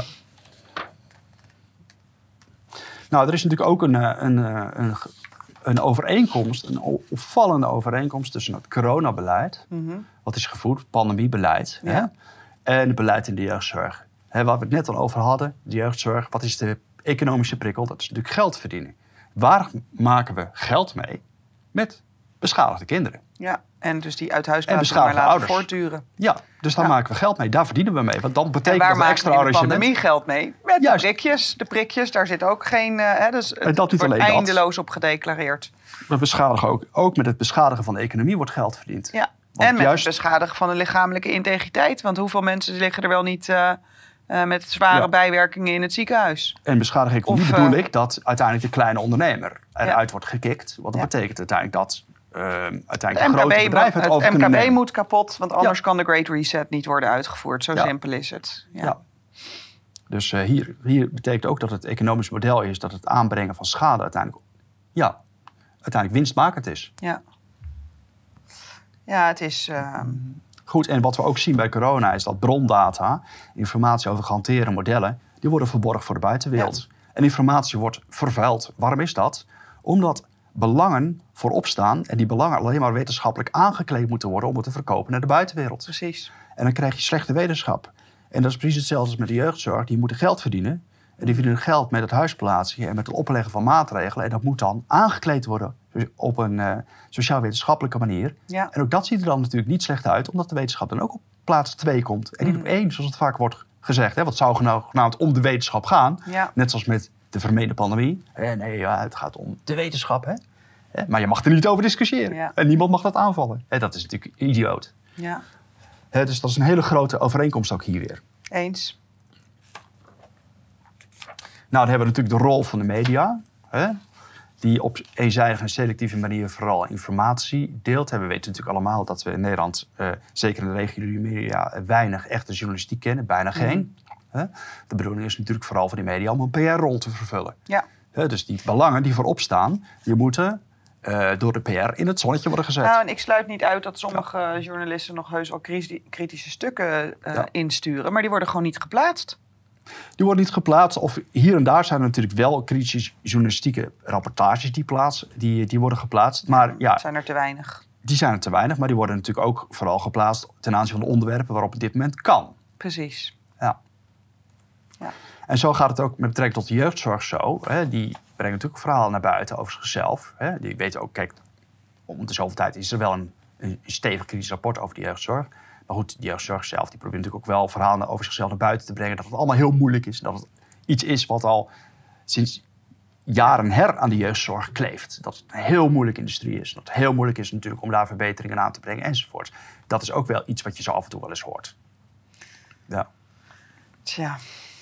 Nou, er is natuurlijk ook een, een, een, een overeenkomst, een opvallende overeenkomst tussen het coronabeleid, mm-hmm. wat is gevoerd, pandemiebeleid, ja. hè, en het beleid in de jeugdzorg. Hè, waar we het net al over hadden, de jeugdzorg, wat is de economische prikkel? Dat is natuurlijk geld verdienen. Waar maken we geld mee? Met beschadigde kinderen. Ja, en dus die uit huis laten maar laten ouders. voortduren. Ja, dus daar ja. maken we geld mee. Daar verdienen we mee. Want dan betekent en waar dat extra maken we in de pandemie geld mee? Met Juist. de prikjes. De prikjes, daar zit ook geen... Uh, hè, dus het dat niet wordt alleen eindeloos dat. op gedeclareerd. We beschadigen ook, ook met het beschadigen van de economie wordt geld verdiend. Ja, want en met juist... het beschadigen van de lichamelijke integriteit. Want hoeveel mensen liggen er wel niet... Uh, Uh, met zware ja. bijwerkingen in het ziekenhuis. En beschadiging economie bedoel uh, ik dat uiteindelijk de kleine ondernemer eruit ja. wordt gekikt. Want dat ja. betekent uiteindelijk dat uh, uiteindelijk de grote bedrijven het, het over kunnen nemen. Het M K B nemen. moet kapot, want anders ja. kan de Great Reset niet worden uitgevoerd. Zo ja. simpel is het. Ja. Ja. Dus uh, hier, hier betekent ook dat het economisch model is dat het aanbrengen van schade uiteindelijk, ja, uiteindelijk winstmakend is. Ja, ja het is... Uh, Goed, en wat we ook zien bij corona is dat brondata, informatie over gehanteerde modellen, die worden verborgen voor de buitenwereld. Ja. En informatie wordt vervuild. Waarom is dat? Omdat belangen voorop staan en die belangen alleen maar wetenschappelijk aangekleed moeten worden om het te verkopen naar de buitenwereld. Precies. En dan krijg je slechte wetenschap. En dat is precies hetzelfde als met de jeugdzorg. Die moeten geld verdienen. En die verdienen geld met het huisplaatsen en met het opleggen van maatregelen. En dat moet dan aangekleed worden op een uh, sociaal-wetenschappelijke manier. Ja. En ook dat ziet er dan natuurlijk niet slecht uit, omdat de wetenschap dan ook op plaats twee komt. En niet mm. op één, zoals het vaak wordt gezegd. Hè? Wat zou genaamd om de wetenschap gaan. Ja. Net zoals met de vermeende pandemie. Eh, nee, ja, het gaat om de wetenschap. Hè? Eh, maar je mag er niet over discussiëren. Ja. En niemand mag dat aanvallen. Eh, dat is natuurlijk idioot. Ja. Eh, dus dat is een hele grote overeenkomst ook hier weer. Eens. Nou, dan hebben we natuurlijk de rol van de media. Hè? Die op eenzijdige en selectieve manier vooral informatie deelt. We weten natuurlijk allemaal dat we in Nederland, uh, zeker in de reguliere media, weinig echte journalistiek kennen. Bijna geen. Mm. De bedoeling is natuurlijk vooral van die media om een P R-rol te vervullen. Ja. Dus die belangen die voorop staan, die moeten uh, door de P R in het zonnetje worden gezet. Nou, en ik sluit niet uit dat sommige ja. journalisten nog heus wel kritische stukken uh, ja. insturen. Maar die worden gewoon niet geplaatst. Die worden niet geplaatst. Of hier en daar zijn er natuurlijk wel kritische journalistieke rapportages die, plaats, die, die worden geplaatst. Maar ja, zijn er te weinig. Die zijn er te weinig, maar die worden natuurlijk ook vooral geplaatst ten aanzien van de onderwerpen waarop het dit moment kan. Precies. Ja. Ja. En zo gaat het ook met betrekking tot de jeugdzorg zo. Hè. Die brengen natuurlijk verhalen naar buiten over zichzelf. Hè. Die weten ook, kijk, om de zoveel tijd is er wel een, een stevig kritisch rapport over de jeugdzorg. Maar goed, de jeugdzorg zelf die probeert natuurlijk ook wel verhalen over zichzelf naar buiten te brengen. Dat het allemaal heel moeilijk is. Dat het iets is wat al sinds jaren her aan de jeugdzorg kleeft. Dat het een heel moeilijke industrie is. Dat het heel moeilijk is natuurlijk om daar verbeteringen aan te brengen enzovoort. Dat is ook wel iets wat je zo af en toe wel eens hoort. Ja. Tja.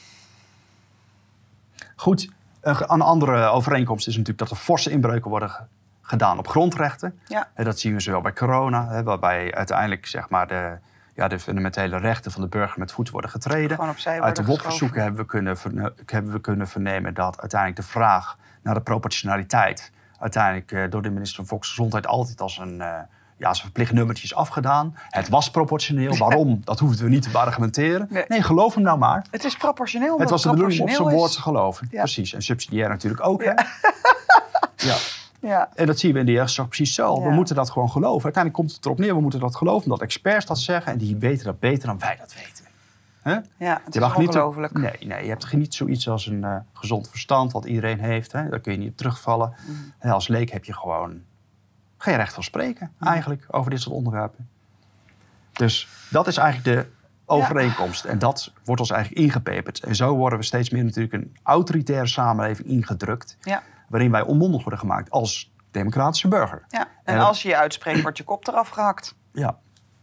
Goed, een andere overeenkomst is natuurlijk dat er forse inbreuken worden gedaan op grondrechten. Ja. Dat zien we zowel bij corona, waarbij uiteindelijk zeg maar, de, ja, de fundamentele rechten van de burger met voeten worden getreden. Gewoon opzij worden Uit de geschoven. WOP-verzoeken hebben we, kunnen verne- hebben we kunnen vernemen dat uiteindelijk de vraag naar de proportionaliteit uiteindelijk uh, door de minister van Volksgezondheid altijd als een, uh, ja, als een verplicht nummertje is afgedaan. Het was proportioneel. Waarom? Dat hoefden we niet te beargumenteren. Nee. nee, geloof hem nou maar. Het is proportioneel. Het was de bedoeling om op zijn is. woord te geloven. Ja. Precies. En subsidiair natuurlijk ook. Ja. Hè? Ja. Ja. En dat zien we in de jeugdzorg precies zo. Ja. We moeten dat gewoon geloven. Uiteindelijk komt het erop neer, we moeten dat geloven omdat experts dat zeggen. En die weten dat beter dan wij dat weten. Hè? Ja, het Je is mag niet op- ongelooflijk. nee, nee, je hebt niet zoiets als een uh, gezond verstand wat iedereen heeft. Hè? Daar kun je niet op terugvallen. Mm. En als leek heb je gewoon geen recht van spreken Mm. eigenlijk over dit soort onderwerpen. Dus dat is eigenlijk de overeenkomst. En dat wordt ons eigenlijk ingepeperd. En zo worden we steeds meer natuurlijk een autoritaire samenleving ingedrukt. Ja. Waarin wij onmondig worden gemaakt als democratische burger. Ja. En En- als je je uitspreekt, wordt je kop eraf gehakt. Ja,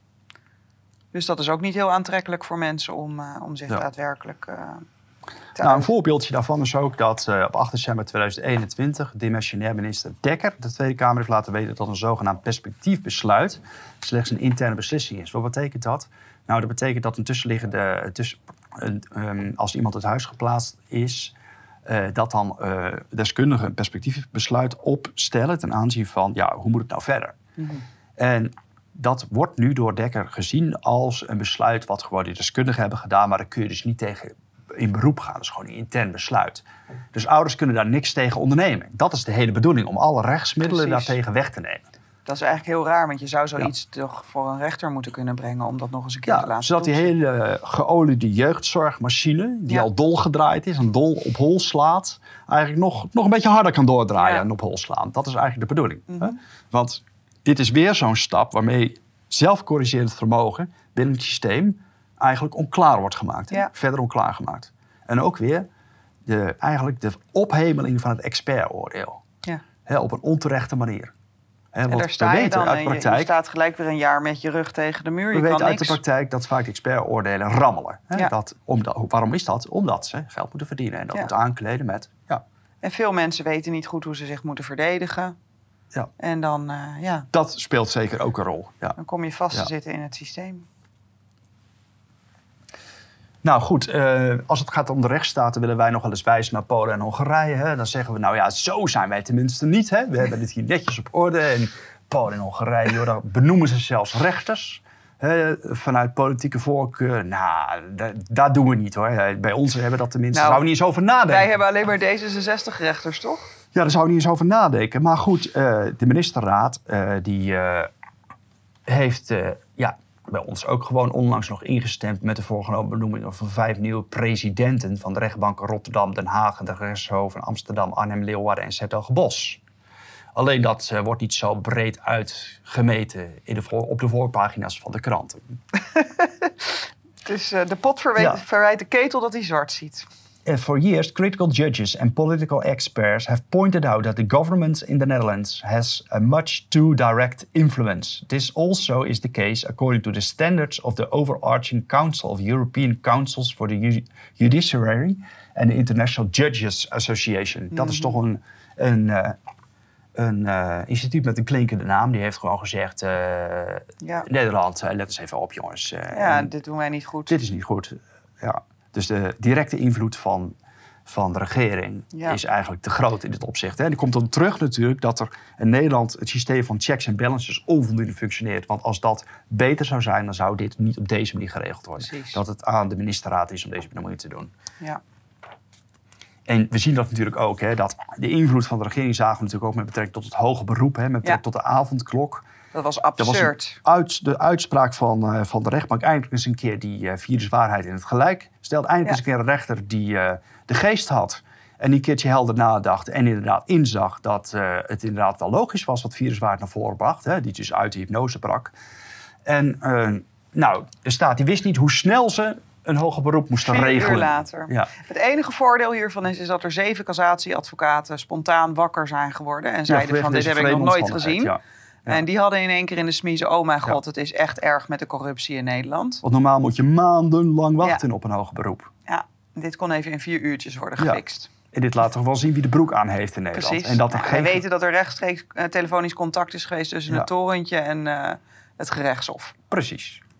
Dus dat is ook niet heel aantrekkelijk voor mensen om, uh, om zich Ja. daadwerkelijk uh, te nou, een uiten. voorbeeldje daarvan is ook dat uh, op acht december tweeduizend eenentwintig... demissionair minister Dekker de Tweede Kamer heeft laten weten dat een zogenaamd perspectiefbesluit slechts een interne beslissing is. Wat betekent dat? Nou, dat betekent dat een tussenliggende, tussen, een, um, als iemand uit huis geplaatst is, uh, dat dan uh, deskundigen een perspectiefbesluit opstellen ten aanzien van, ja, hoe moet het nou verder? Mm-hmm. En dat wordt nu door Dekker gezien als een besluit wat gewoon die deskundigen hebben gedaan, maar daar kun je dus niet tegen in beroep gaan. Dat is gewoon een intern besluit. Dus ouders kunnen daar niks tegen ondernemen. Dat is de hele bedoeling, om alle rechtsmiddelen Precies. daartegen weg te nemen. Dat is eigenlijk heel raar, want je zou zoiets toch voor een rechter moeten kunnen brengen om dat nog eens een keer te Ja, laten zodat die toetsen. hele geoliede jeugdzorgmachine, die Ja. al dol gedraaid is en dol op hol slaat, eigenlijk nog, nog een beetje harder kan doordraaien Ja. en op hol slaan. Dat is eigenlijk de bedoeling. Mhm. Hè? Want dit is weer zo'n stap waarmee zelfcorrigerend vermogen binnen het systeem eigenlijk onklaar wordt gemaakt. Hè? Ja. Verder onklaar gemaakt. En ook weer de, eigenlijk de ophemeling van het expertoordeel. Ja. Hè, op een onterechte manier. Hè, En want daar sta we je weten dan uit en je, je praktijk, staat gelijk weer een jaar met je rug tegen de muur. we Je weten kan uit niks. de praktijk dat vaak expertoordelen rammelen. Hè? Ja. Dat, omdat, waarom is dat? Omdat ze geld moeten verdienen. En dat Ja. moeten aankleden met... Ja, En veel mensen weten niet goed hoe ze zich moeten verdedigen. ja. En dan, uh, ja, Dat speelt zeker ook een rol. Ja. dan kom je vast Ja. te zitten in het systeem. Nou goed, uh, als het gaat om de rechtsstaten willen wij nog wel eens wijzen naar Polen en Hongarije. Hè? Dan zeggen we, nou ja, zo zijn wij tenminste niet. Hè? We hebben dit hier netjes op orde. En Polen en Hongarije, joh, daar benoemen ze zelfs rechters. Hè? Vanuit politieke voorkeur. Nou, da- dat doen we niet hoor. Bij ons hebben we dat tenminste. Nou, Daar zouden we niet eens over nadenken. Wij hebben alleen maar D zesenzestig-rechters, toch? Ja, daar zou je niet eens over nadenken. Maar goed, uh, de ministerraad uh, die uh, heeft uh, ja, bij ons ook gewoon onlangs nog ingestemd met de voorgenomen benoemingen van vijf nieuwe presidenten van de rechtbanken Rotterdam, Den Haag, de gerechtshoven Amsterdam, Arnhem, Leeuwarden en 's-Hertogenbosch. Alleen dat uh, wordt niet zo breed uitgemeten in de voor, op de voorpagina's van de kranten. Dus uh, de pot verwijt, Ja. verwijt de ketel dat hij zwart ziet. And for years, critical judges and political experts have pointed out that the government in the Netherlands has a much too direct influence. This also is the case according to the standards of the overarching Council of European Councils for the Ju- Judiciary and the International Judges Association. Mm-hmm. Dat is toch een, een, uh, een uh, instituut met een klinkende naam. Die heeft gewoon gezegd, uh, Ja. Nederland, uh, let eens even op jongens. Uh, Ja, en dit doen wij niet goed. dit is niet goed. Ja. Dus de directe invloed van, van de regering Ja. is eigenlijk te groot in dit opzicht. En die komt dan terug natuurlijk dat er in Nederland het systeem van checks en balances onvoldoende functioneert. Want als dat beter zou zijn, dan zou dit niet op deze manier geregeld worden. Precies. Dat het aan de ministerraad is om deze benoeming te doen. Ja. En we zien dat natuurlijk ook, hè, dat de invloed van de regering zagen we natuurlijk ook met betrekking tot het hoge beroep, hè, met betrekking tot de avondklok. Dat was Dat was absurd. een uit, de uitspraak van, uh, van de rechtbank eindelijk eens een keer die uh, viruswaarheid in het gelijk stelt. Eindelijk Ja. eens een keer een rechter die uh, de geest had en die een keertje helder nadacht en inderdaad inzag dat uh, het inderdaad wel logisch was wat viruswaarheid naar voren bracht. Hè, die dus uit de hypnose brak. En uh, nou, de staat die wist niet hoe snel ze een hoger beroep moesten Vier regelen. uur later. Ja. Het enige voordeel hiervan is, is dat er zeven cassatieadvocaten spontaan wakker zijn geworden. En zeiden vanwege van, dit deze heb ik nog nooit vreemde gezien. Ja. Ja. En die hadden in één keer in de smiezen, oh mijn god, Ja. het is echt erg met de corruptie in Nederland. Want normaal moet je maandenlang wachten op een hoger beroep. Ja, dit kon even in vier uurtjes worden Ja. gefixt. En dit laat toch wel zien wie de broek aan heeft in Nederland. Precies. En dat er Nou, geen... We weten dat er rechtstreeks uh, telefonisch contact is geweest tussen Ja. het torentje en uh, het gerechtshof. Precies, ja.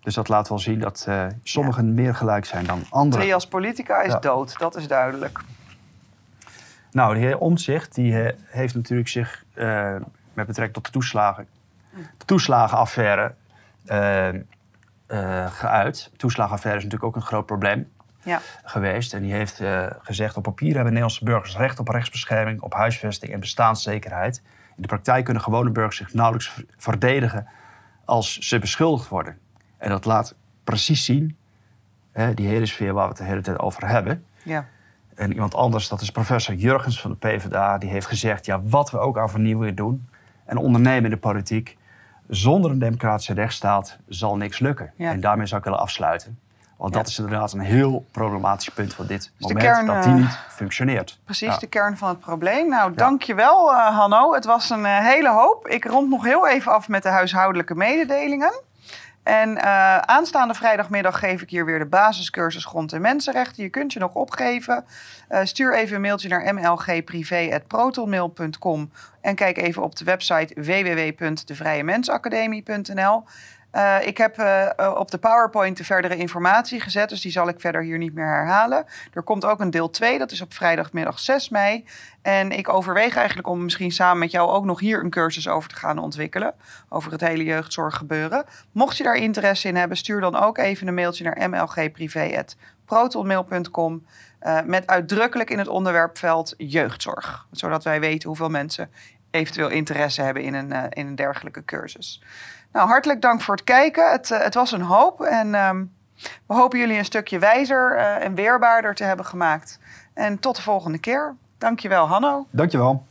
Dus dat laat wel zien dat uh, sommigen ja. meer gelijk zijn dan anderen. Trias politica is ja. dood, dat is duidelijk. Nou, de heer Omtzigt die he, heeft natuurlijk zich uh, met betrekking tot de toeslagen, de toeslagenaffaire uh, uh, geuit. De toeslagenaffaire is natuurlijk ook een groot probleem ja. geweest. En die heeft uh, gezegd, op papier hebben Nederlandse burgers recht op rechtsbescherming, op huisvesting en bestaanszekerheid. In de praktijk kunnen gewone burgers zich nauwelijks verdedigen als ze beschuldigd worden. En dat laat precies zien, hè, die hele sfeer waar we het de hele tijd over hebben. Ja. En iemand anders, dat is professor Jurgens van de PvdA, die heeft gezegd, ja, wat we ook aan vernieuwingen doen en ondernemen in de politiek, zonder een democratische rechtsstaat zal niks lukken. Ja. En daarmee zou ik willen afsluiten. Want ja. dat is inderdaad een heel problematisch punt van dit dus moment, kern, dat die niet functioneert. Precies, ja. de kern van het probleem. Nou, ja. dankjewel uh, Hanno. Het was een uh, hele hoop. Ik rond nog heel even af met de huishoudelijke mededelingen. En uh, aanstaande vrijdagmiddag geef ik hier weer de basiscursus Grond- en Mensenrechten. Je kunt je nog opgeven. Uh, stuur even een mailtje naar m l g privé at protonmail punt com en kijk even op de website w w w punt de vrije mensacademie punt n l. Uh, ik heb uh, op de PowerPoint de verdere informatie gezet, dus die zal ik verder hier niet meer herhalen. Er komt ook een deel twee, dat is op vrijdagmiddag zes mei. En ik overweeg eigenlijk om misschien samen met jou ook nog hier een cursus over te gaan ontwikkelen. Over het hele jeugdzorggebeuren. Mocht je daar interesse in hebben, stuur dan ook even een mailtje naar m l g privé at protonmail punt com. Uh, met uitdrukkelijk in het onderwerpveld jeugdzorg. Zodat wij weten hoeveel mensen eventueel interesse hebben in een, uh, in een dergelijke cursus. Nou, hartelijk dank voor het kijken. Het, uh, het was een hoop. En um, we hopen jullie een stukje wijzer uh, en weerbaarder te hebben gemaakt. En tot de volgende keer. Dankjewel, Hanno. Dankjewel.